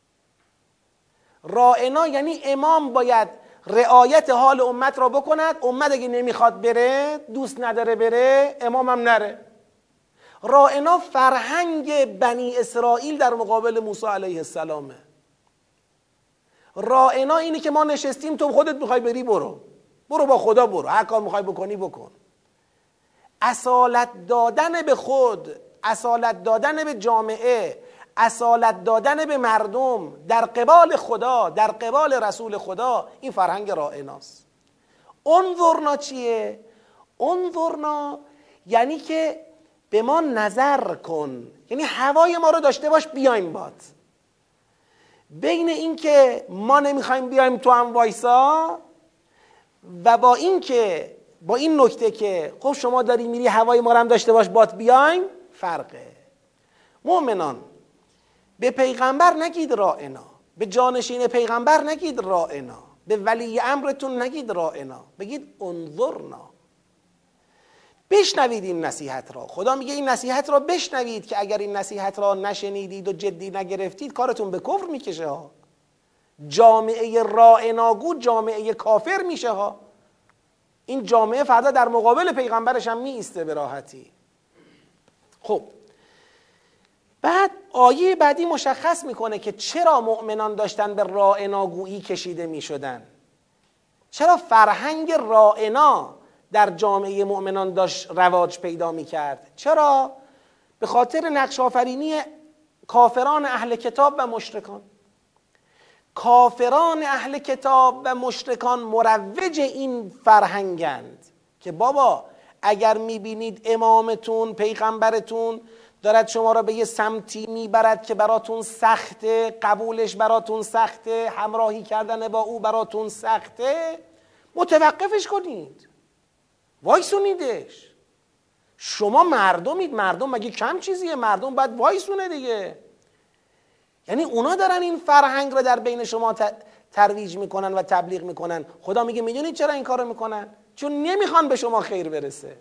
راعنا یعنی امام باید رعایت حال امت را بکند، امت اگه نمیخواد بره، دوست نداره بره، امام هم نره. راعنا فرهنگ بنی اسرائیل در مقابل موسی علیه السلامه. راعنا اینه که ما نشستیم، تو خودت میخوای بری برو با خدا برو، هر کار میخوای بکنی بکن. اصالت دادن به خود، اصالت دادن به جامعه، اصالت دادن به مردم در قبال خدا، در قبال رسول خدا، این فرهنگ راعناست. انظرنا چیه؟ انظرنا یعنی که به ما نظر کن، یعنی هوای ما رو داشته باش، بیایم باد. بین این که ما نمیخوایم بیایم تو هم وایسا و با این نکته که خب شما داری میری هوای ما رو هم داشته باش باد بیایم، فرقه. مؤمنان به پیغمبر نگید راعنا، به جانشین پیغمبر نگید راعنا، به ولی امرتون نگید راعنا، بگید انظرنا. بشنوید این نصیحت را. خدا میگه این نصیحت را بشنوید که اگر این نصیحت را نشنیدید و جدی نگرفتید کارتون به کفر میکشه ها. جامعه راعناگو جامعه کافر میشه ها. این جامعه فردا در مقابل پیغمبرش هم میسته به راحتی. خب بعد آیه بعدی مشخص میکنه که چرا مؤمنان داشتن به راعناگویی کشیده میشدن، چرا فرهنگ راعنا در جامعه مؤمنان داشت رواج پیدا میکرد. چرا؟ به خاطر نقش آفرینی کافران اهل کتاب و مشرکان. کافران اهل کتاب و مشرکان مروج این فرهنگند که بابا اگر میبینید امامتون، پیغمبرتون دارد شما را به یه سمتی میبرد که براتون سخته، قبولش براتون سخته، همراهی کردن با او براتون سخته، متوقفش کنید، وایسونیدش. شما مردمید، مردم مگه کم چیزیه؟ مردم باید وایسونه دیگه. یعنی اونا دارن این فرهنگ رو در بین شما ترویج میکنن و تبلیغ میکنن. خدا میگه میدونید چرا این کارو میکنن؟ چون نمیخوان به شما خیر برسه.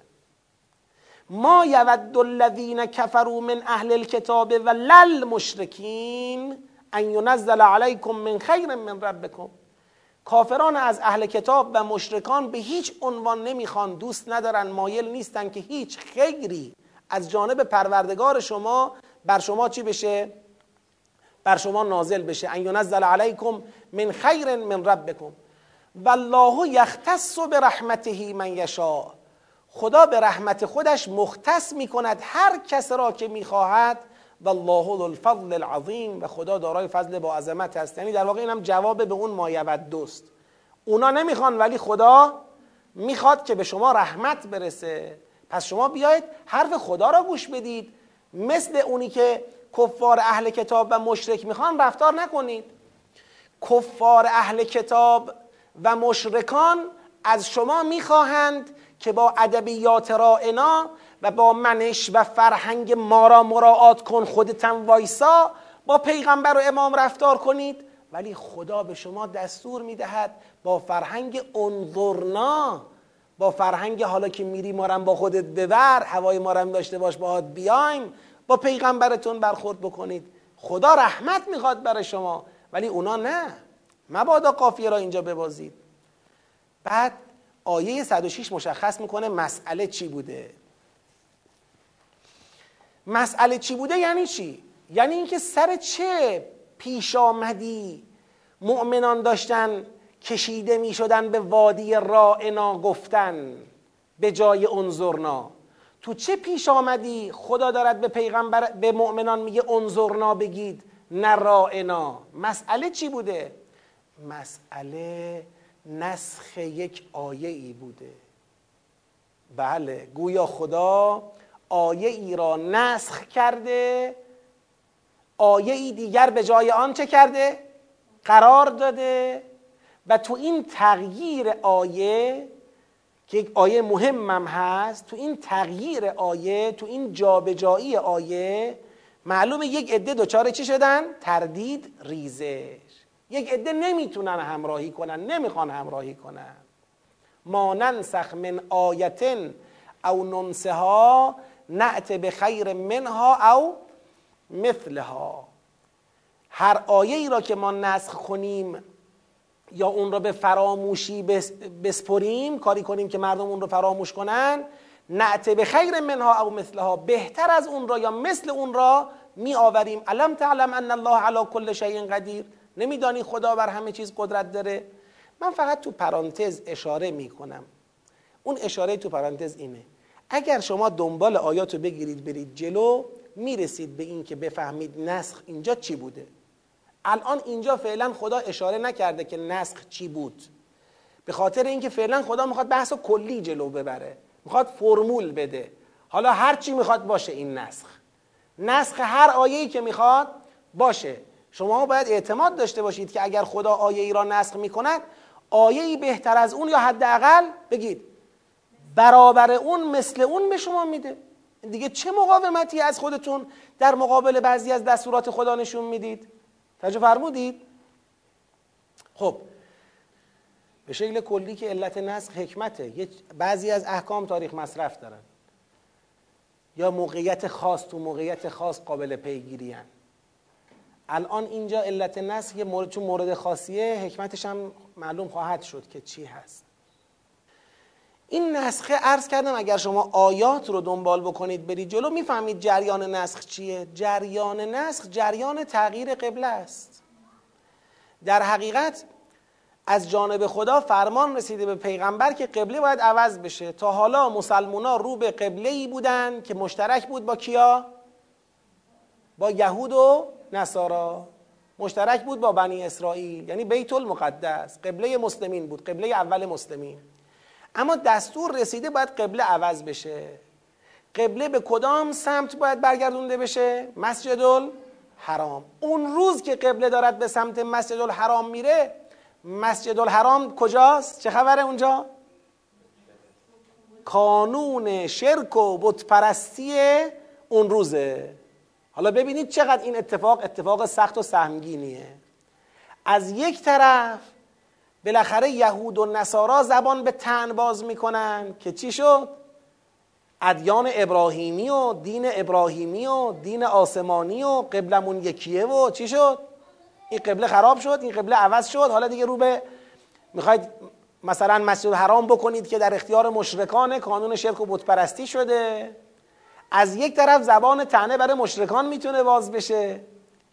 ما یود الذین کفروا من اهل الکتاب و للمشرکین ان ینزل علیکم من خیر من ربکم. کافران از اهل کتاب و مشرکان به هیچ عنوان نمیخوان، دوست ندارن، مایل نیستن که هیچ خیری از جانب پروردگار شما بر شما چی بشه؟ بر شما نازل بشه، ان ینزل علیکم من خیر من ربکم والله یختص برحمته من یشاء. خدا به رحمت خودش مختص میکند هر کس را که میخواهد. والله ذو الفضل العظیم، و خدا دارای فضل با عظمت است. یعنی در واقع اینم جواب به اون مایودست. اونا نمیخوان ولی خدا میخواد که به شما رحمت برسه. پس شما بیایید حرف خدا را گوش بدید، مثل اونی که کفار اهل کتاب و مشرک میخوان رفتار نکنید. کفار اهل کتاب و مشرکان از شما میخواهند که با ادبیات رائنا و با منش و فرهنگ ما را مراعات کن، خودتم وایسا، با پیغمبر و امام رفتار کنید. ولی خدا به شما دستور میدهد با فرهنگ انظرنا، با فرهنگ حالا که میری ما را با خودت ببر، هوای ما را داشته باش باهات بیایم، با پیغمبرتون برخورد بکنید. خدا رحمت میخواد برای شما ولی اونا نه. مبادا قافیه را اینجا ببازید. بعد آیه 106 مشخص میکنه مسئله چی بوده. مسئله چی بوده یعنی چی؟ یعنی اینکه سر چه پیش آمدی مؤمنان داشتن کشیده میشدن به وادی رائنا گفتن به جای انظرنا. تو چه پیش آمدی خدا دارد به پیغمبر به مؤمنان میگه انظرنا بگید نه رائنا؟ مسئله چی بوده؟ مسئله نسخ یک آیه ای بوده. بله، گویا خدا آیه ای را نسخ کرده، آیه ای دیگر به جای آن چه کرده؟ قرار داده. و تو این تغییر آیه که یک آیه مهمم هست، تو این تغییر آیه، تو این جابجایی آیه، معلومه یک عده دچار چی شدن؟ تردید، ریزش. یک عده نمیتونن همراهی کنن، نمیخوان همراهی کنن. ما ننسخ من آیه او ننسها نأت بخیر منها او مثلها. هر آیه ای را که ما نسخ کنیم یا اون را به فراموشی بسپریم، کاری کنیم که مردم اون را فراموش کنن، نأت بخیر منها او مثلها، بهتر از اون را یا مثل اون را می آوریم. الم تعلم ان الله علی کل شیء قدیر؟ نمیدانی خدا بر همه چیز قدرت داره؟ من فقط تو پرانتز اشاره می کنم. اون اشاره تو پرانتز اینه: اگر شما دنبال آیاتو بگیرید برید جلو، میرسید به این که بفهمید نسخ اینجا چی بوده. الان اینجا فعلا خدا اشاره نکرده که نسخ چی بود، به خاطر اینکه فعلا خدا میخواد بحثو کلی جلو ببره، میخواد فرمول بده. حالا هر چی میخواد باشه این نسخ هر آیه‌ای که میخواد باشه. شما باید اعتماد داشته باشید که اگر خدا آیه‌ای را نسخ میکند، آیه‌ای بهتر از اون یا حداقل بگید برابر اون، مثل اون به شما میده. دیگه چه مقاومتی از خودتون در مقابل بعضی از دستورات خدا نشون میدید؟ توجه فرمودید؟ خب به شکل کلی که علت نسخ حکمته. بعضی از احکام تاریخ مصرف دارن یا موقعیت خاص، تو موقعیت خاص قابل پیگیری هن. الان اینجا علت نسخ یه مورد، چون مورد خاصیه، حکمتش هم معلوم خواهد شد که چی هست. این نسخه عرض کردم اگر شما آیات رو دنبال بکنید برید جلو میفهمید جریان نسخ چیه. جریان نسخ جریان تغییر قبله است. در حقیقت از جانب خدا فرمان رسیده به پیغمبر که قبله باید عوض بشه. تا حالا مسلمونا رو به قبله‌ای بودن که مشترک بود با کیا؟ با یهود و نصارا، مشترک بود با بنی اسرائیل، یعنی بیت المقدس قبله مسلمین بود، قبله اول مسلمین. اما دستور رسیده باید قبله عوض بشه. قبله به کدام سمت باید برگردونده بشه؟ مسجد الحرام. اون روز که قبله دارد به سمت مسجد الحرام میره، مسجد الحرام کجاست؟ چه خبره اونجا؟ کانون شرک و بت پرستی اون روزه. حالا ببینید چقدر این اتفاق سخت و سهمگینیه. از یک طرف بالاخره یهود و نصارا زبان به طعن باز میکنن که چی شد؟ ادیان ابراهیمی و دین ابراهیمی و دین آسمانی و قبلمون یکیه و چی شد؟ این قبله خراب شد، این قبله عوض شد. حالا دیگه رو به میخواید مثلا مسجد الحرام بکنید که در اختیار مشرکان، کانون شرک و بت پرستی شده. از یک طرف زبان طعنه برای مشرکان میتونه باز بشه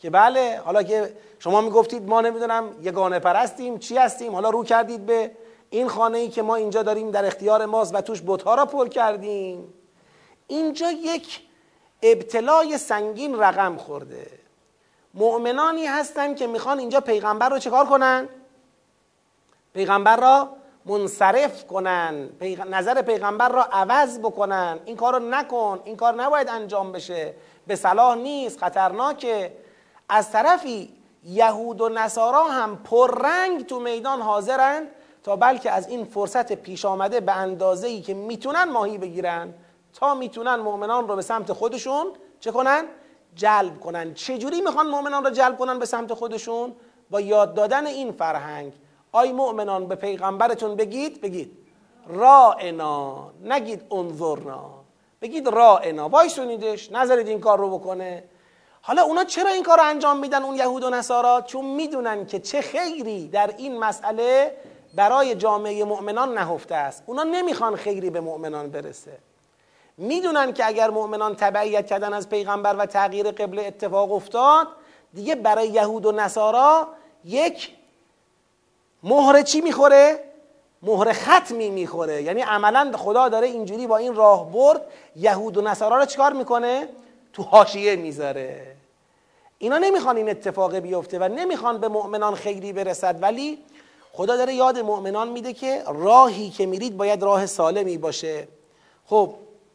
که بله حالا که شما میگفتید ما نمیدونم یگانه پرستیم چی هستیم، حالا رو کردید به این خانه‌ای که ما اینجا داریم در اختیار ماست و توش بت‌ها را پر کردیم. اینجا یک ابتلای سنگین رقم خورده. مؤمنانی هستن که میخوان اینجا پیغمبر رو چکار کنن؟ پیغمبر را منصرف کنن، نظر پیغمبر را عوض بکنن. این کار رو نکن، این کار نباید انجام بشه، به صلاح نیست، خطرناکه. از طرفی یهود و نصارا هم پررنگ تو میدان حاضرند تا بلکه از این فرصت پیش آمده به اندازه‌ای که میتونن ماهی بگیرن تا میتونن مؤمنان رو به سمت خودشون چه کنن؟ جلب کنن. چجوری میخوان مؤمنان رو جلب کنن به سمت خودشون؟ با یاد دادن این فرهنگ. آی مؤمنان به پیغمبرتون بگید رائنا، نگید انظرنا، بگید رائنا، وایسونیدش، نذارید این کار رو بکنه. حالا اونا چرا این کار رو انجام میدن اون یهود و نصارا؟ چون میدونن که چه خیری در این مسئله برای جامعه مؤمنان نهفته است. اونا نمیخوان خیری به مؤمنان برسه. میدونن که اگر مؤمنان تبعیت کردن از پیغمبر و تغییر قبله اتفاق افتاد، دیگه برای یهود و نصارا یک مهر چی میخوره؟ مهر ختمی میخوره. یعنی عملا خدا داره اینجوری با این راه برد یهود و نصارا رو چیکار میکنه؟ تو حاشیه میذاره. اینا نمیخوان این اتفاق بیفته و نمیخوان به مؤمنان خیری برسد، ولی خدا داره یاد مؤمنان میده که راهی که میرید باید راه سالمی باشه. خب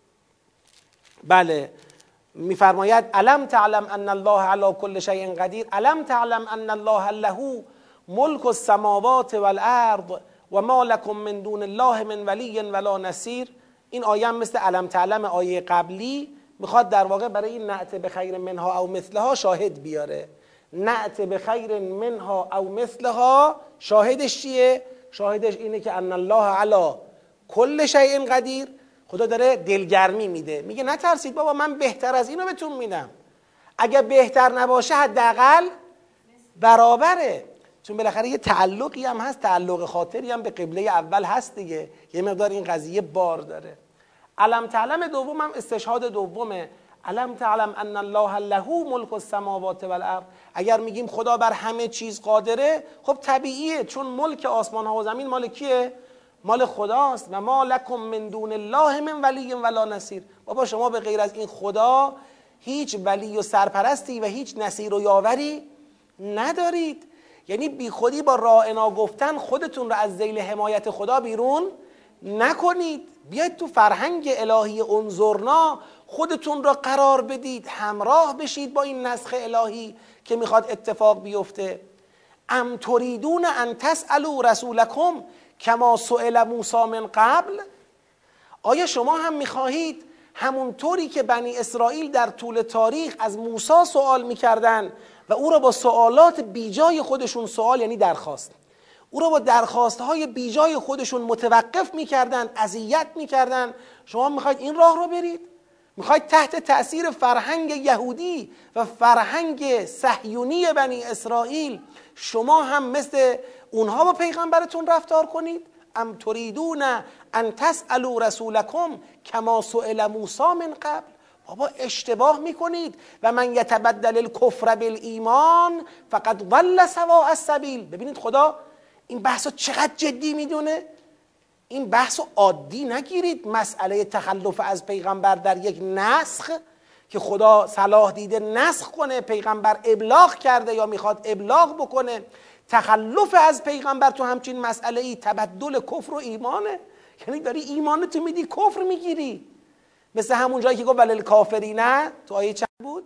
بله، میفرماید الم تعلم ان الله علی کل شیء قدیر، الم تعلم ان الله له ملک السماوات والارض و ما لکم من دون الله من ولی ولا نصیر. این آیه هم مثل الم تعلم آیه قبلی میخواد در واقع برای این نعت بخیر منها او مثلها شاهد بیاره. نعت بخیر منها او مثلها شاهدش چیه؟ شاهدش اینه که ان الله علی کل شیء قدیر. خدا داره دلگرمی میده، میگه نترسید بابا، من بهتر از اینو بهتون میدم. اگه بهتر نباشه حداقل برابره. چون بالاخره یه تعلقی هم هست، تعلق خاطری هم به قبله اول هست دیگه، یه مقدار این قضیه بار داره. الم تعلم دوم هم استشهاد دومه. الم تعلم ان الله له ملک السماوات والارض. اگر میگیم خدا بر همه چیز قادره، خب طبیعیه، چون ملک آسمان ها و زمین مال کیه؟ مال خداست. و ما لکم من دون الله من ولی ولا نصیر. بابا شما به غیر از این خدا هیچ ولی و سرپرستی و هیچ نصیر و یاوری ندارید. یعنی بی خودی با رائنا گفتن خودتون رو از ذیل حمایت خدا بیرون نکنید. بیاید تو فرهنگ الهی انظرنا خودتون را قرار بدید، همراه بشید با این نسخ الهی که میخواد اتفاق بیفته. ام تریدون ان تسألوا رسولکم کما سئل موسی من قبل. آیا شما هم میخواهید همونطوری که بنی اسرائیل در طول تاریخ از موسی سوال میکردن و او را با سوالات بیجای خودشون، سوال یعنی درخواست، او را با درخواستهای بیجای خودشون متوقف میکردن، اذیت میکردن، شما میخواید این راه رو برید؟ میخواید تحت تأثیر فرهنگ یهودی و فرهنگ صهیونی بنی اسرائیل شما هم مثل اونها با پیغمبرتون رفتار کنید؟ ام تریدون ان تسألوا رسولکم کما سئل موسی من قبل. بابا اشتباه میکنید. و من یتبدل الکفر بالایمان فقد ضل سواء السبیل. ببینید خدا این بحثو چقدر جدی میدونه. این بحثو عادی نگیرید. مسئله تخلف از پیغمبر در یک نسخ که خدا صلاح دیده نسخ کنه، پیغمبر ابلاغ کرده یا میخواد ابلاغ بکنه، تخلف از پیغمبر تو همچین مسئله ای تبدل کفر و ایمانه. یعنی داری ایمانتو میدی کفر میگیری. مثل همون جایی که گفت وللکافرین، تو آیه چند بود؟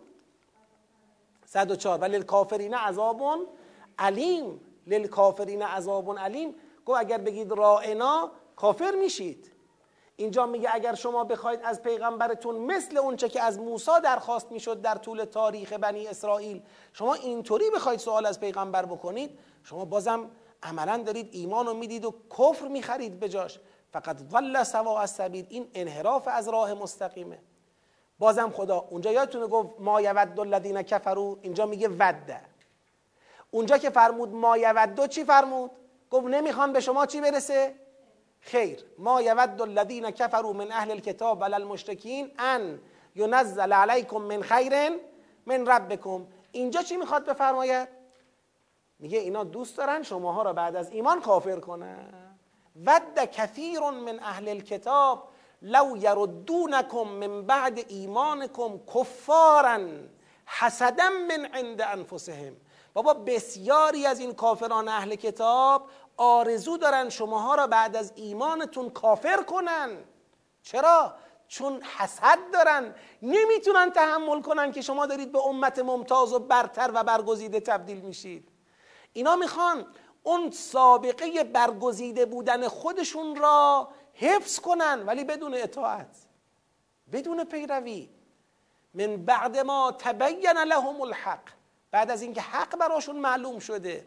104. وللکافرین عذاب علیم. للکافرین عذاب علیم. گفت اگر بگید رائنا کافر میشید. اینجا میگه اگر شما بخواید از پیغمبرتون مثل اونچه که از موسی درخواست میشد در طول تاریخ بنی اسرائیل، شما اینطوری بخواید سوال از پیغمبر بکنید، شما بازم عملا دارید ایمان رو میدید و کفر میخرید بجاش. فقط ضل سواء السبیل. این انحراف از راه مستقیمه. بازم خدا اونجا یادتونه گفت ما یود الذین کفروا، اینجا میگه وده. اونجا که فرمود ما یود چی فرمود؟ گفت نمیخوان به شما چی برسه؟ خیر. ما یود الذین کفروا من اهل الکتاب ولا المشرکین ان ینزل علیکم من خیر من ربکم. اینجا چی میخواد بفرماید؟ میگه اینا دوست دارن شماها را بعد از ایمان کافر کنن. ود کثیر من اهل الکتاب لو یردونکم من بعد ایمانکم کفارا حسدا من عند انفسهم. بابا بسیاری از این کافران اهل کتاب آرزو دارن شماها را بعد از ایمانتون کافر کنن. چرا؟ چون حسد دارن، نمیتونن تحمل کنن که شما دارید به امت ممتاز و برتر و برگزیده تبدیل میشید. اینا میخوان اون سابقه برگزیده بودن خودشون را حفظ کنن، ولی بدون اطاعت، بدون پیروی. من بعد ما تبین لهم الحق، بعد از اینکه حق براشون معلوم شده.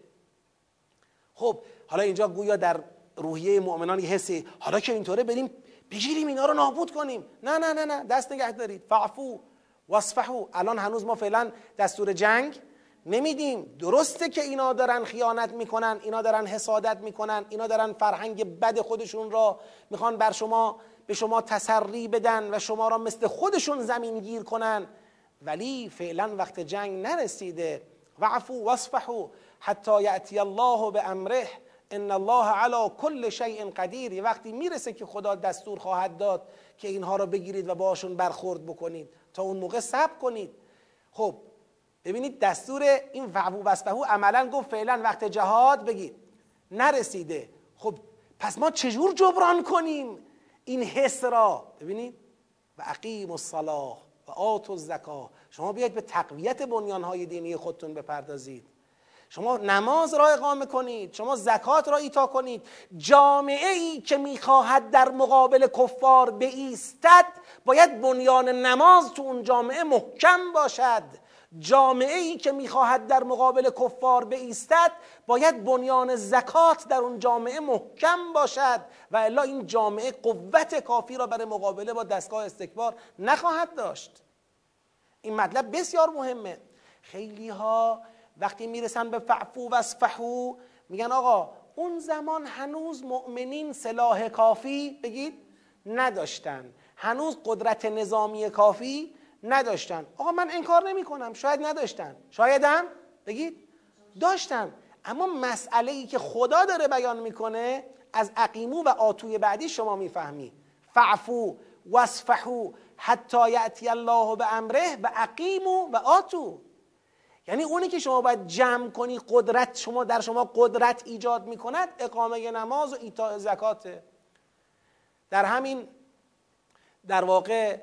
خب حالا اینجا گویا در روحیه مؤمنان یه حسی، حالا که اینطوره بریم بگیریم اینا رو نابود کنیم. نه نه نه نه، دست نگه دارید. فعفو واصفحوا. الان هنوز ما فعلا دستور جنگ نمیدیم. درسته که اینا دارن خیانت میکنن، اینا دارن حسادت میکنن، اینا دارن فرهنگ بد خودشون را میخوان به شما تسری بدن و شما را مثل خودشون زمین گیر کنن، ولی فعلا وقت جنگ نرسیده. وعفو واصفحوا حتی یأتی الله بامره ان الله علی کل شیء قدیر. یه وقتی میرسه که خدا دستور خواهد داد که اینها را بگیرید و باشون برخورد بکنید، تا اون موقع صبر کنید. خب ببینید دستور این وعفو واصفحوا عملا گفت فعلا وقت جهاد بگید، نرسیده. خب پس ما چجور جبران کنیم این حس را؟ ببینید و اقیموا الصلاة و آتوا الزکاة. شما بیاید به تقویت بنیانهای دینی خودتون بپردازید. شما نماز را اقامه کنید، شما زکات را ایتا کنید. جامعه ای که میخواهد در مقابل کفار بایستد باید بنیان نماز تو اون جامعه محکم باشد. جامعه ای که میخواهد در مقابل کفار بایستد باید بنیان زکات در اون جامعه محکم باشد، و الا این جامعه قوت کافی را برای مقابله با دستگاه استکبار نخواهد داشت. این مطلب بسیار مهمه. خیلی ها وقتی میرسن به فعفو واصفحوا میگن آقا اون زمان هنوز مؤمنین سلاح کافی بگید نداشتن، هنوز قدرت نظامی کافی نداشتن. آقا من انکار نمی کنم، شاید نداشتن، شایدم بگید داشتن، اما مسئله ای که خدا داره بیان میکنه از اقیمو و آتوی بعدی شما میفهمی. فعفو واصفحوا حتی یأتی الله بامره و اقیمو و آتو. یعنی اونی که شما باید جمع کنی، قدرت در شما قدرت ایجاد میکند اقامه نماز و ایتاء زکاته. در همین در واقع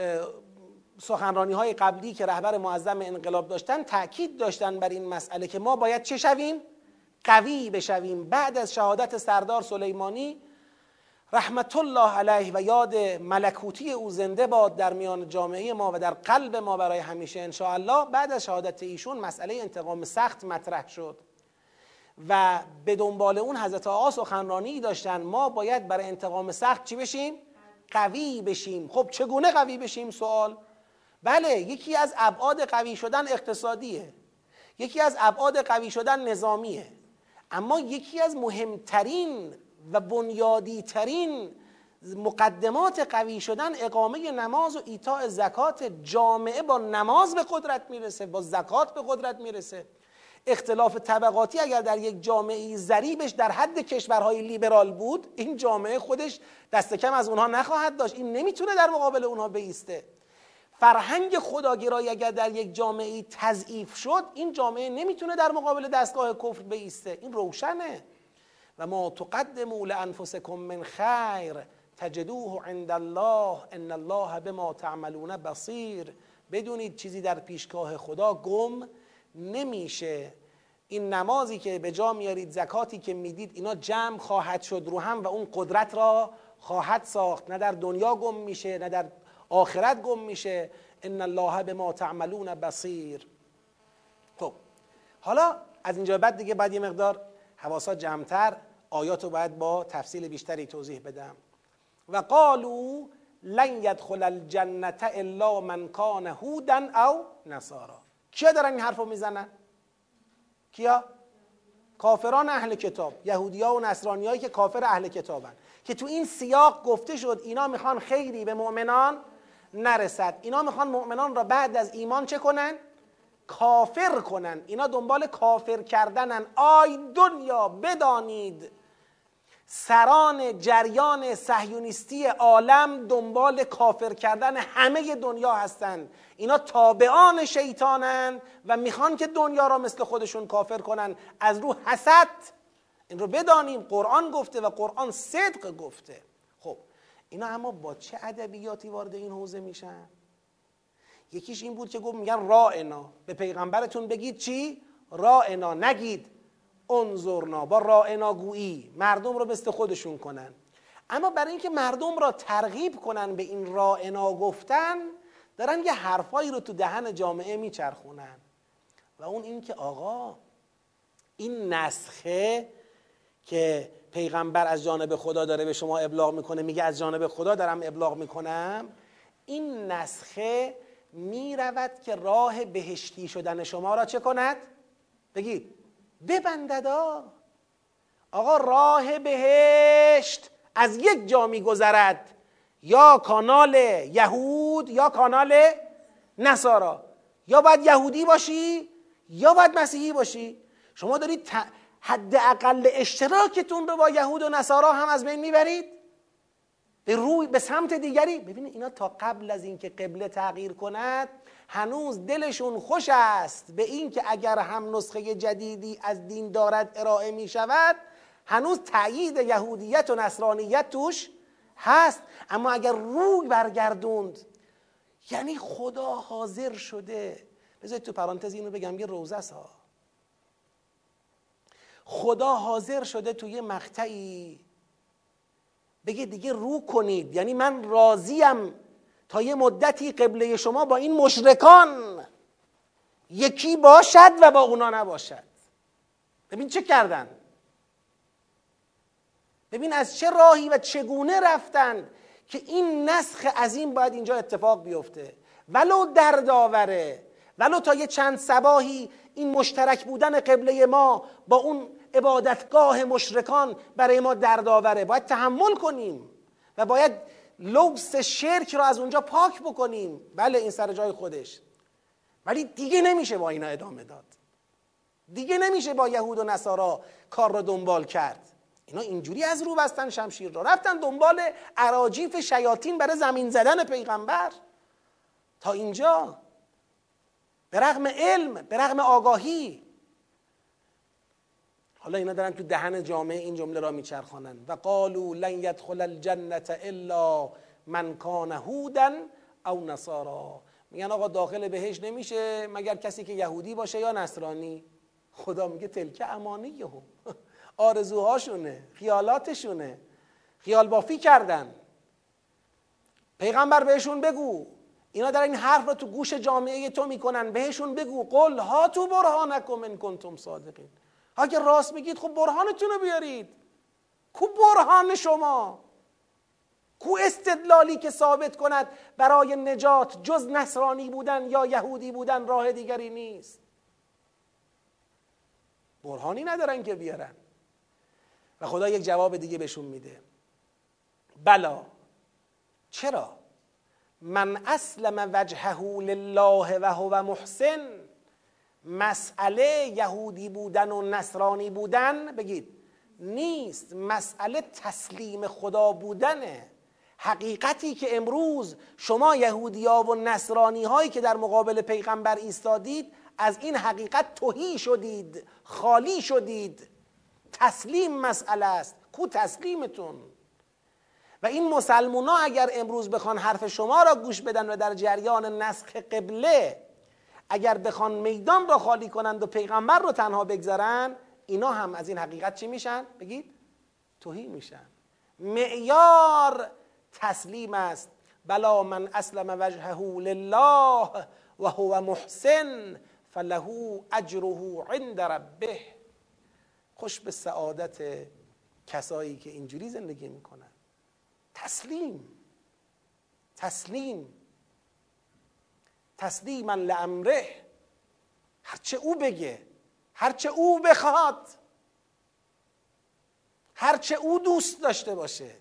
سخنرانی های قبلی که رهبر معظم انقلاب داشتن تأکید داشتن بر این مسئله که ما باید چه شویم؟ قوی بشویم. بعد از شهادت سردار سلیمانی رحمت الله علیه و یاد ملکوتی او زنده باد در میان جامعه ما و در قلب ما برای همیشه ان شاء الله، بعد از شهادت ایشون مسئله انتقام سخت مطرح شد و به دنبال اون حضرت آقا سخنرانی داشتن ما باید برای انتقام سخت چی بشیم؟ قوی بشیم. خب چگونه قوی بشیم؟ سوال. بله، یکی از ابعاد قوی شدن اقتصادیه، یکی از ابعاد قوی شدن نظامیه، اما یکی از مهمترین و بنیادی ترین مقدمات قوی شدن اقامه نماز و ایتاء زکات. جامعه با نماز به قدرت میرسه، با زکات به قدرت میرسه. اختلاف طبقاتی اگر در یک جامعه ضریبش در حد کشورهای لیبرال بود، این جامعه خودش دست کم از اونها نخواهد داشت، این نمیتونه در مقابل اونها بایسته. فرهنگ خداگرایی اگر در یک جامعه تضعیف شد، این جامعه نمیتونه در مقابل دستگاه کفر بایسته. این روشنه. و ما تقدموا لانفسکم من خیر تجدوه عند الله ان الله بما تعملون بصیر. بدونید چیزی در پیشگاه خدا گم نمیشه. این نمازی که به جا میارید، زکاتی که میدید، اینا جمع خواهد شد رو هم و اون قدرت را خواهد ساخت. نه در دنیا گم میشه، نه در آخرت گم میشه. ان الله بما تعملون بصیر. خب حالا از اینجا بعد دیگه باید یه مقدار حواسات جمعتر آیاتو باید با تفصیل بیشتری توضیح بدم. و قالوا لن يدخل الجنة الا من كان هودا او نصارا. کیا دارن این حرفو میزنن؟ کیا؟ کافران اهل کتاب، یهودی‌ها و نصرانی‌هایی که کافر اهل کتابن، که تو این سیاق گفته شد اینا میخوان خیری به مؤمنان نرسد، اینا میخوان مؤمنان را بعد از ایمان چه کنن؟ کافر کنن. اینا دنبال کافر کردنن. آی دنیا بدانید سران جریان صهیونیستی عالم دنبال کافر کردن همه دنیا هستند. اینا تابعان شیطانن و میخوان که دنیا را مثل خودشون کافر کنن از رو حسد. این رو بدانیم قرآن گفته و قرآن صدق گفته. خب اینا اما با چه ادبیاتی وارد این حوزه میشن؟ یکیش این بود که گفت میگن رائنا، به پیغمبرتون بگید چی؟ رائنا، نگید انظرنا، با رائنا گویی مردم رو مثل خودشون کنن. اما برای اینکه مردم را ترغیب کنن به این رائنا گفتن، دارن یه حرفایی رو تو دهن جامعه میچرخونن و اون این که آقا این نسخه که پیغمبر از جانب خدا داره به شما ابلاغ میکنه، میگه از جانب خدا دارم ابلاغ میکنم، این نسخه میرود که راه بهشتی شدن شما را چه کند؟ بگید ببندد. آقا راه بهشت از یک جا میگذرد، یا کانال یهود یا کانال نصارا. یا باید یهودی باشی یا باید مسیحی باشی. شما دارید حداقل اشتراکتون رو با یهود و نصارا هم از بین میبرید به سمت دیگری. ببینید اینا تا قبل از اینکه قبله تغییر کند هنوز دلشون خوش است به این که اگر هم نسخه جدیدی از دین دارد ارائه می شود هنوز تأیید یهودیت و نصرانیت توش هست. اما اگر روی برگردوند، یعنی خدا حاضر شده، بذارید تو پرانتز اینو بگم یه روزه است ها، خدا حاضر شده توی یه مقطعی بگه دیگه رو کنید، یعنی من راضیم تا یه مدتی قبله شما با این مشرکان یکی باشد و با اونا نباشد. ببین چه کردن، ببین از چه راهی و چگونه رفتن که این نسخ عظیم باید اینجا اتفاق بیفته، ولو دردآوره، ولو تا یه چند صباحی این مشترک بودن قبله ما با اون عبادتگاه مشرکان برای ما دردآوره، باید تحمل کنیم و باید لوث شرک رو از اونجا پاک بکنیم. بله این سر جای خودش، ولی دیگه نمیشه با اینا ادامه داد، دیگه نمیشه با یهود و نصارا کار رو دنبال کرد. اینا اینجوری از رو بستن شمشیر رو، رفتن دنبال اراجیف شیاطین برای زمین زدن پیغمبر. تا اینجا به رغم علم، به رغم آگاهی، حالا اینا دارن تو دهن جامعه این جمله را میچرخانن و قالوا لن يدخل الجنة الا من کان هودا او نصارا. میگن آقا داخل بهشت نمیشه مگر کسی که یهودی باشه یا نصرانی. خدا میگه تلک امانیهم، آرزوهاشونه، خیالاتشونه، خیال بافی کردن. پیغمبر بهشون بگو، اینا در این حرف رو تو گوش جامعه تو میکنن، بهشون بگو قل هاتوا برهانکم ان کنتم صادقین. اگه راست میگید خب برهانتون رو بیارید. کو برهان شما؟ کو استدلالی که ثابت کند برای نجات جز نصرانی بودن یا یهودی بودن راه دیگری نیست؟ برهانی ندارن که بیارن. و خدا یک جواب دیگه بهشون میده، بلا، چرا؟ من اسلم وجهه لله و هو محسن. مسئله یهودی بودن و نصرانی بودن بگید نیست، مسئله تسلیم خدا بودنه. حقیقتی که امروز شما یهودی‌ها و نصرانی هایی که در مقابل پیغمبر ایستادید از این حقیقت تهی شدید، خالی شدید. تسلیم مسئله است. کو تسلیمتون؟ و این مسلمونا اگر امروز بخوان حرف شما را گوش بدن و در جریان نسخ قبله اگر بخوان میدان را خالی کنند و پیغمبر رو تنها بگذارن، اینا هم از این حقیقت چی میشن؟ بگید تهی میشن. معیار تسلیم است. بلا من اسلم وجهه لله و هو محسن فله اجره عند ربه. خوش به سعادت کسایی که اینجوری زندگی میکنن. تسلیما لامره، هرچه او بگه، هرچه او بخواد، هرچه او دوست داشته باشه.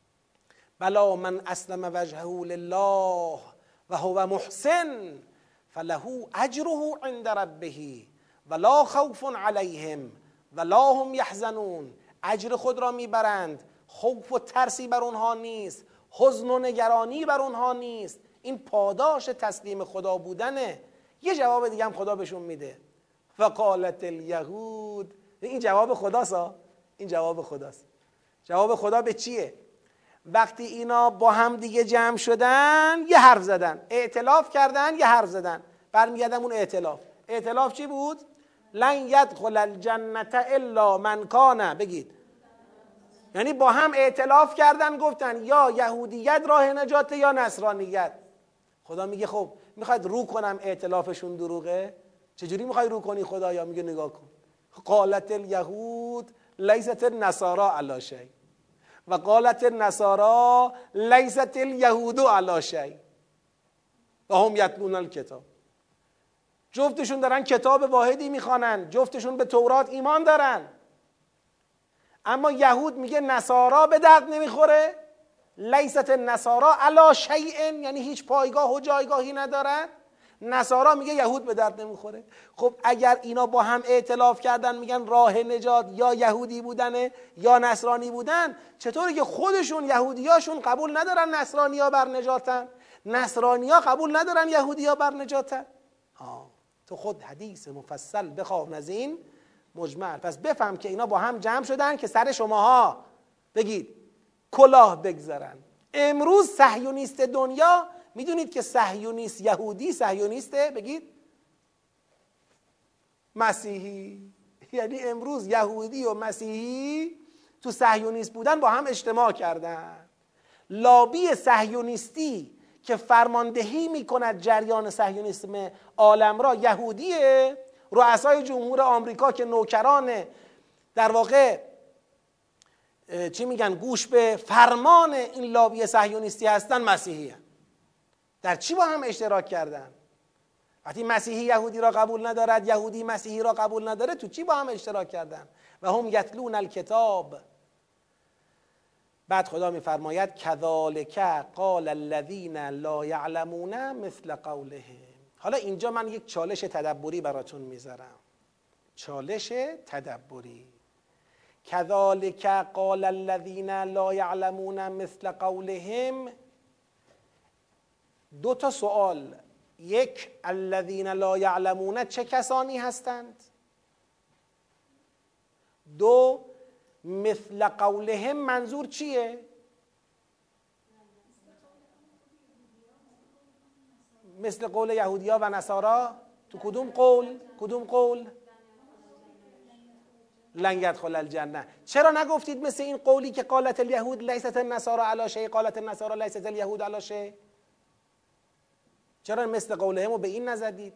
بلا من اسلم وجهه لله و هو محسن فله اجره عند ربه ولا خوف علیهم ولا هم یحزنون. اجر خود را میبرند، خوف و ترسی بر اونها نیست، حزن و نگرانی بر اونها نیست. این پاداش تسلیم خدا بودنه. یه جواب دیگه هم خدا بهشون میده، وقالت الیهود. این جواب خداست. این جواب خداست. جواب خدا به چیه؟ وقتی اینا با هم دیگه جمع شدن یه حرف زدن، ائتلاف کردن یه حرف زدن، برمیگردم اون ائتلاف چی بود؟ لن یدخل الجنة الا من کان، بگید، یعنی با هم ائتلاف کردن گفتن یا یهودیت راه نجاته یا نصرانیت. خدا میگه خب میخواید رو کنم ائتلافشون دروغه؟ چجوری میخوای رو کنی خدایا؟ میگه نگاه کن، قالت الیهود لیست النصارى علی شیء و قالت النصارى لیست الیهود علی شیء و هم یتلون الکتاب. جفتشون دارن کتاب واحدی میخوانن، جفتشون به تورات ایمان دارن، اما یهود میگه نصارا به درد نمیخوره، لیست النصارى علی شیء، یعنی هیچ پایگاه و جایگاهی ندارن. نصارا میگه یهود به درد نمیخوره. خب اگر اینا با هم ائتلاف کردن میگن راه نجات یا یهودی بودنه یا نصرانی بودن، چطوره که خودشون یهودیاشون قبول ندارن نصرانیا بر نجاتن، نصرانیا قبول ندارن یهودیا بر نجاتن؟ تو خود حدیث مفصل بخوان از این مجمل. پس بفهم که اینا با هم جمع شدن که سر شماها، بگید، کلاه بگذارن. امروز صهیونیست دنیا، میدونید که صهیونیست یهودی صهیونیسته، بگید مسیحی. یعنی امروز یهودی و مسیحی تو صهیونیست بودن با هم اجتماع کردن. لابی صهیونیستی که فرماندهی میکند جریان صهیونیسم عالم را یهودیه. رؤسای جمهور آمریکا که نوکران در واقع چی میگن، گوش به فرمان این لابی صهیونیستی هستن، مسیحی هستن. در چی با هم اشتراک کردن؟ وقتی مسیحی یهودی را قبول ندارد، یهودی مسیحی را قبول نداره، تو چی با هم اشتراک کردن؟ و هم یتلون الکتاب. بعد خدا میفرماید کذالک قال الذین لا یعلمون مثل قولهم. حالا اینجا من یک چالش تدبری براتون میذارم، چالش تدبری. کذالک قال الذین لا یعلمون مثل قولهم. دو تا سوال. یک، الذین لا یعلمون چه کسانی هستند؟ دو، مثل قولهم منظور چیه؟ مثل قول یهودیا و نصارا. تو کدوم قول؟ کدوم قول؟ لن یدخل الجنه. چرا نگفتید مثل این قولی که قالت الیهود لیست النصارى علی شیء قالت النصارى لیست الیهود علی شیء؟ چرا مثل قولهم رو به این نزدید؟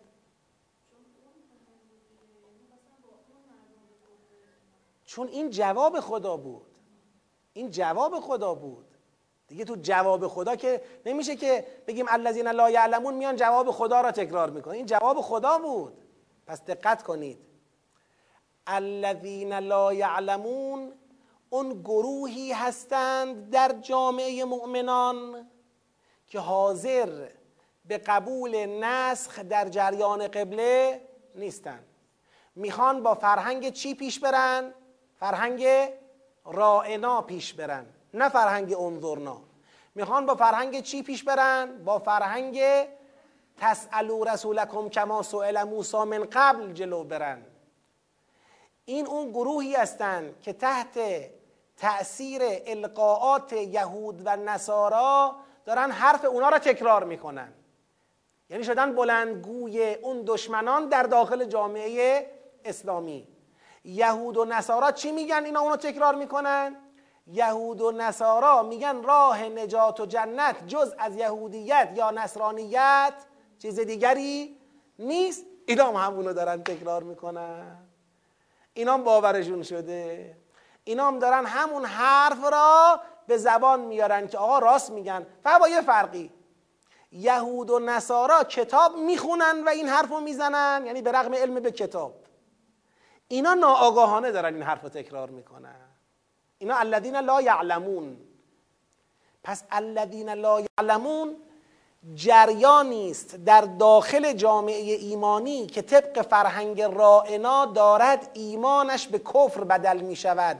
چون این جواب خدا بود. این جواب خدا بود دیگه. تو جواب خدا که نمیشه که بگیم الذین لا یعلمون میان جواب خدا را تکرار میکنن. این جواب خدا بود. پس دقت کنید. الذین لا یعلمون اون گروهی هستند در جامعه مؤمنان که حاضر به قبول نسخ در جریان قبله نیستن. میخوان با فرهنگ چی پیش برن؟ فرهنگ رائنا پیش برن، نه فرهنگ انظرنا. میخوان با فرهنگ چی پیش برن؟ با فرهنگ تسألوا رسولکم کما سئل موسی من قبل جلو برن. این اون گروهی هستند که تحت تأثیر القاءات یهود و نصارا دارن حرف اونا را تکرار میکنن. یعنی شدن بلندگوی اون دشمنان در داخل جامعه اسلامی. یهود و نصارا چی میگن؟ اینا اونو تکرار میکنن. یهود و نصارا میگن راه نجات و جنت جز از یهودیت یا نصرانیت چیز دیگری نیست. اینا هم همونو دارن تکرار میکنن. اینا هم باورشون شده. اینا هم دارن همون حرف را به زبان میارن که آقا راست میگن. فقط با یه فرقی، یهود و نصارا کتاب میخونن و این حرف رو میزنن، یعنی به رغم علم به کتاب. اینا ناآگاهانه دارن این حرف رو تکرار میکنن. اینا الذین لا یعلمون. پس الذین لا یعلمون جریانی است در داخل جامعه ایمانی که طبق فرهنگ رائنا دارد ایمانش به کفر بدل می شود.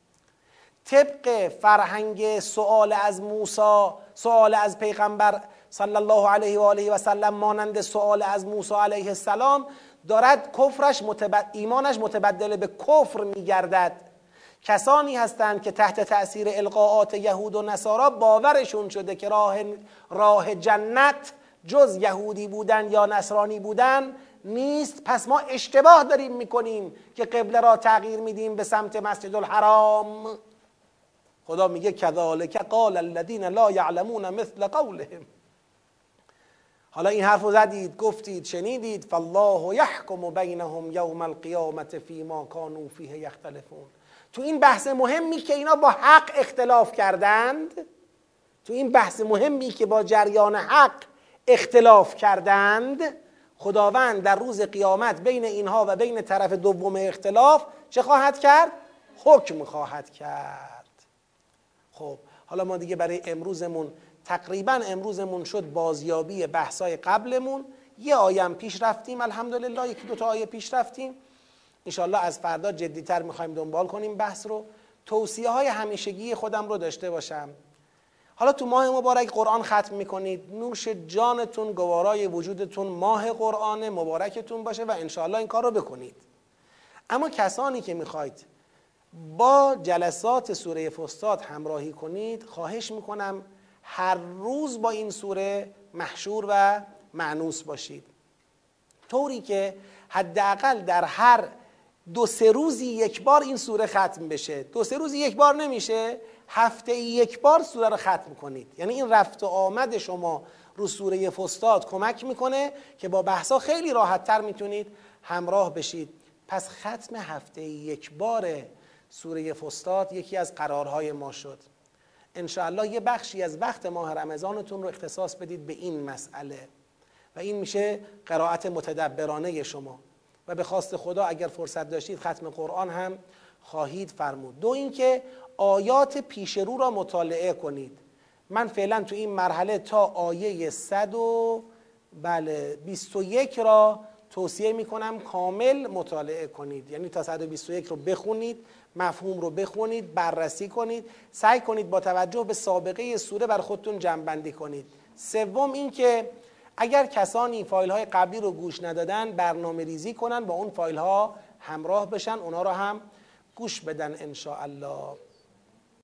طبق فرهنگ سؤال از موسی، سؤال از پیغمبر صلی الله علیه و آله و سلم، مانند سؤال از موسی علیه السلام، دارد ایمانش متبدل به کفر می گردد. کسانی هستند که تحت تأثیر القاءات یهود و نصارا باورشون شده که راه جنت جز یهودی بودن یا نصرانی بودن نیست، پس ما اشتباه داریم میکنیم که قبله را تغییر میدیم به سمت مسجد الحرام. خدا میگه کذالک قال الذین لا یعلمون مثل قولهم. حالا این حرف رو زدید، گفتید، شنیدید، فالله یحکم بینهم یوم القیامة فیما کانوا فیه یختلفون. تو این بحث مهمی که اینا با حق اختلاف کردند، تو این بحث مهمی که با جریان حق اختلاف کردند، خداوند در روز قیامت بین اینها و بین طرف دوم اختلاف چه خواهد کرد؟ حکم خواهد کرد. خب حالا ما دیگه برای امروزمون تقریبا شد بازیابی بحثای قبلمون. یه آیه پیش رفتیم الحمدلله، یکی دو تا آیه پیش رفتیم. انشالله از فردا جدیتر میخوایم دنبال کنیم بحث رو. توصیه های همیشگی خودم رو داشته باشم. حالا تو ماه مبارک قرآن ختم میکنید، نوش جانتون، گوارای وجودتون ماه قرآن مبارکتون باشه و انشالله این کار رو بکنید. اما کسانی که میخواید با جلسات سوره فستاد همراهی کنید، خواهش میکنم هر روز با این سوره محشور و مأنوس باشید، طوری که حداقل در هر 2-3 روزی یک بار این سوره ختم بشه. 2-3 روزی یک بار نمیشه، هفته یک بار سوره رو ختم کنید. یعنی این رفت و آمد شما رو سوره فستاد کمک میکنه که با بحثا خیلی راحت تر میتونید همراه بشید. پس ختم هفته یک بار سوره فستاد یکی از قرارهای ما شد. انشاءالله یه بخشی از وقت ماه رمضانتون رو اختصاص بدید به این مسئله و این میشه قرائت متدبرانه شما و به خواست خدا اگر فرصت داشتید ختم قرآن هم خواهید فرمود. 2 اینکه آیات پیش رو را مطالعه کنید. من فعلا تو این مرحله تا آیه 121 را توصیه میکنم کامل مطالعه کنید. یعنی تا 121 رو بخونید، مفهوم رو بخونید، بررسی کنید، سعی کنید با توجه به سابقه سوره بر خودتون جمع‌بندی کنید. 3 اینکه اگر کسانی فایل های قبلی رو گوش ندادن برنامه ریزی کنن با اون فایل ها همراه بشن، اونا رو هم گوش بدن ان شاء الله.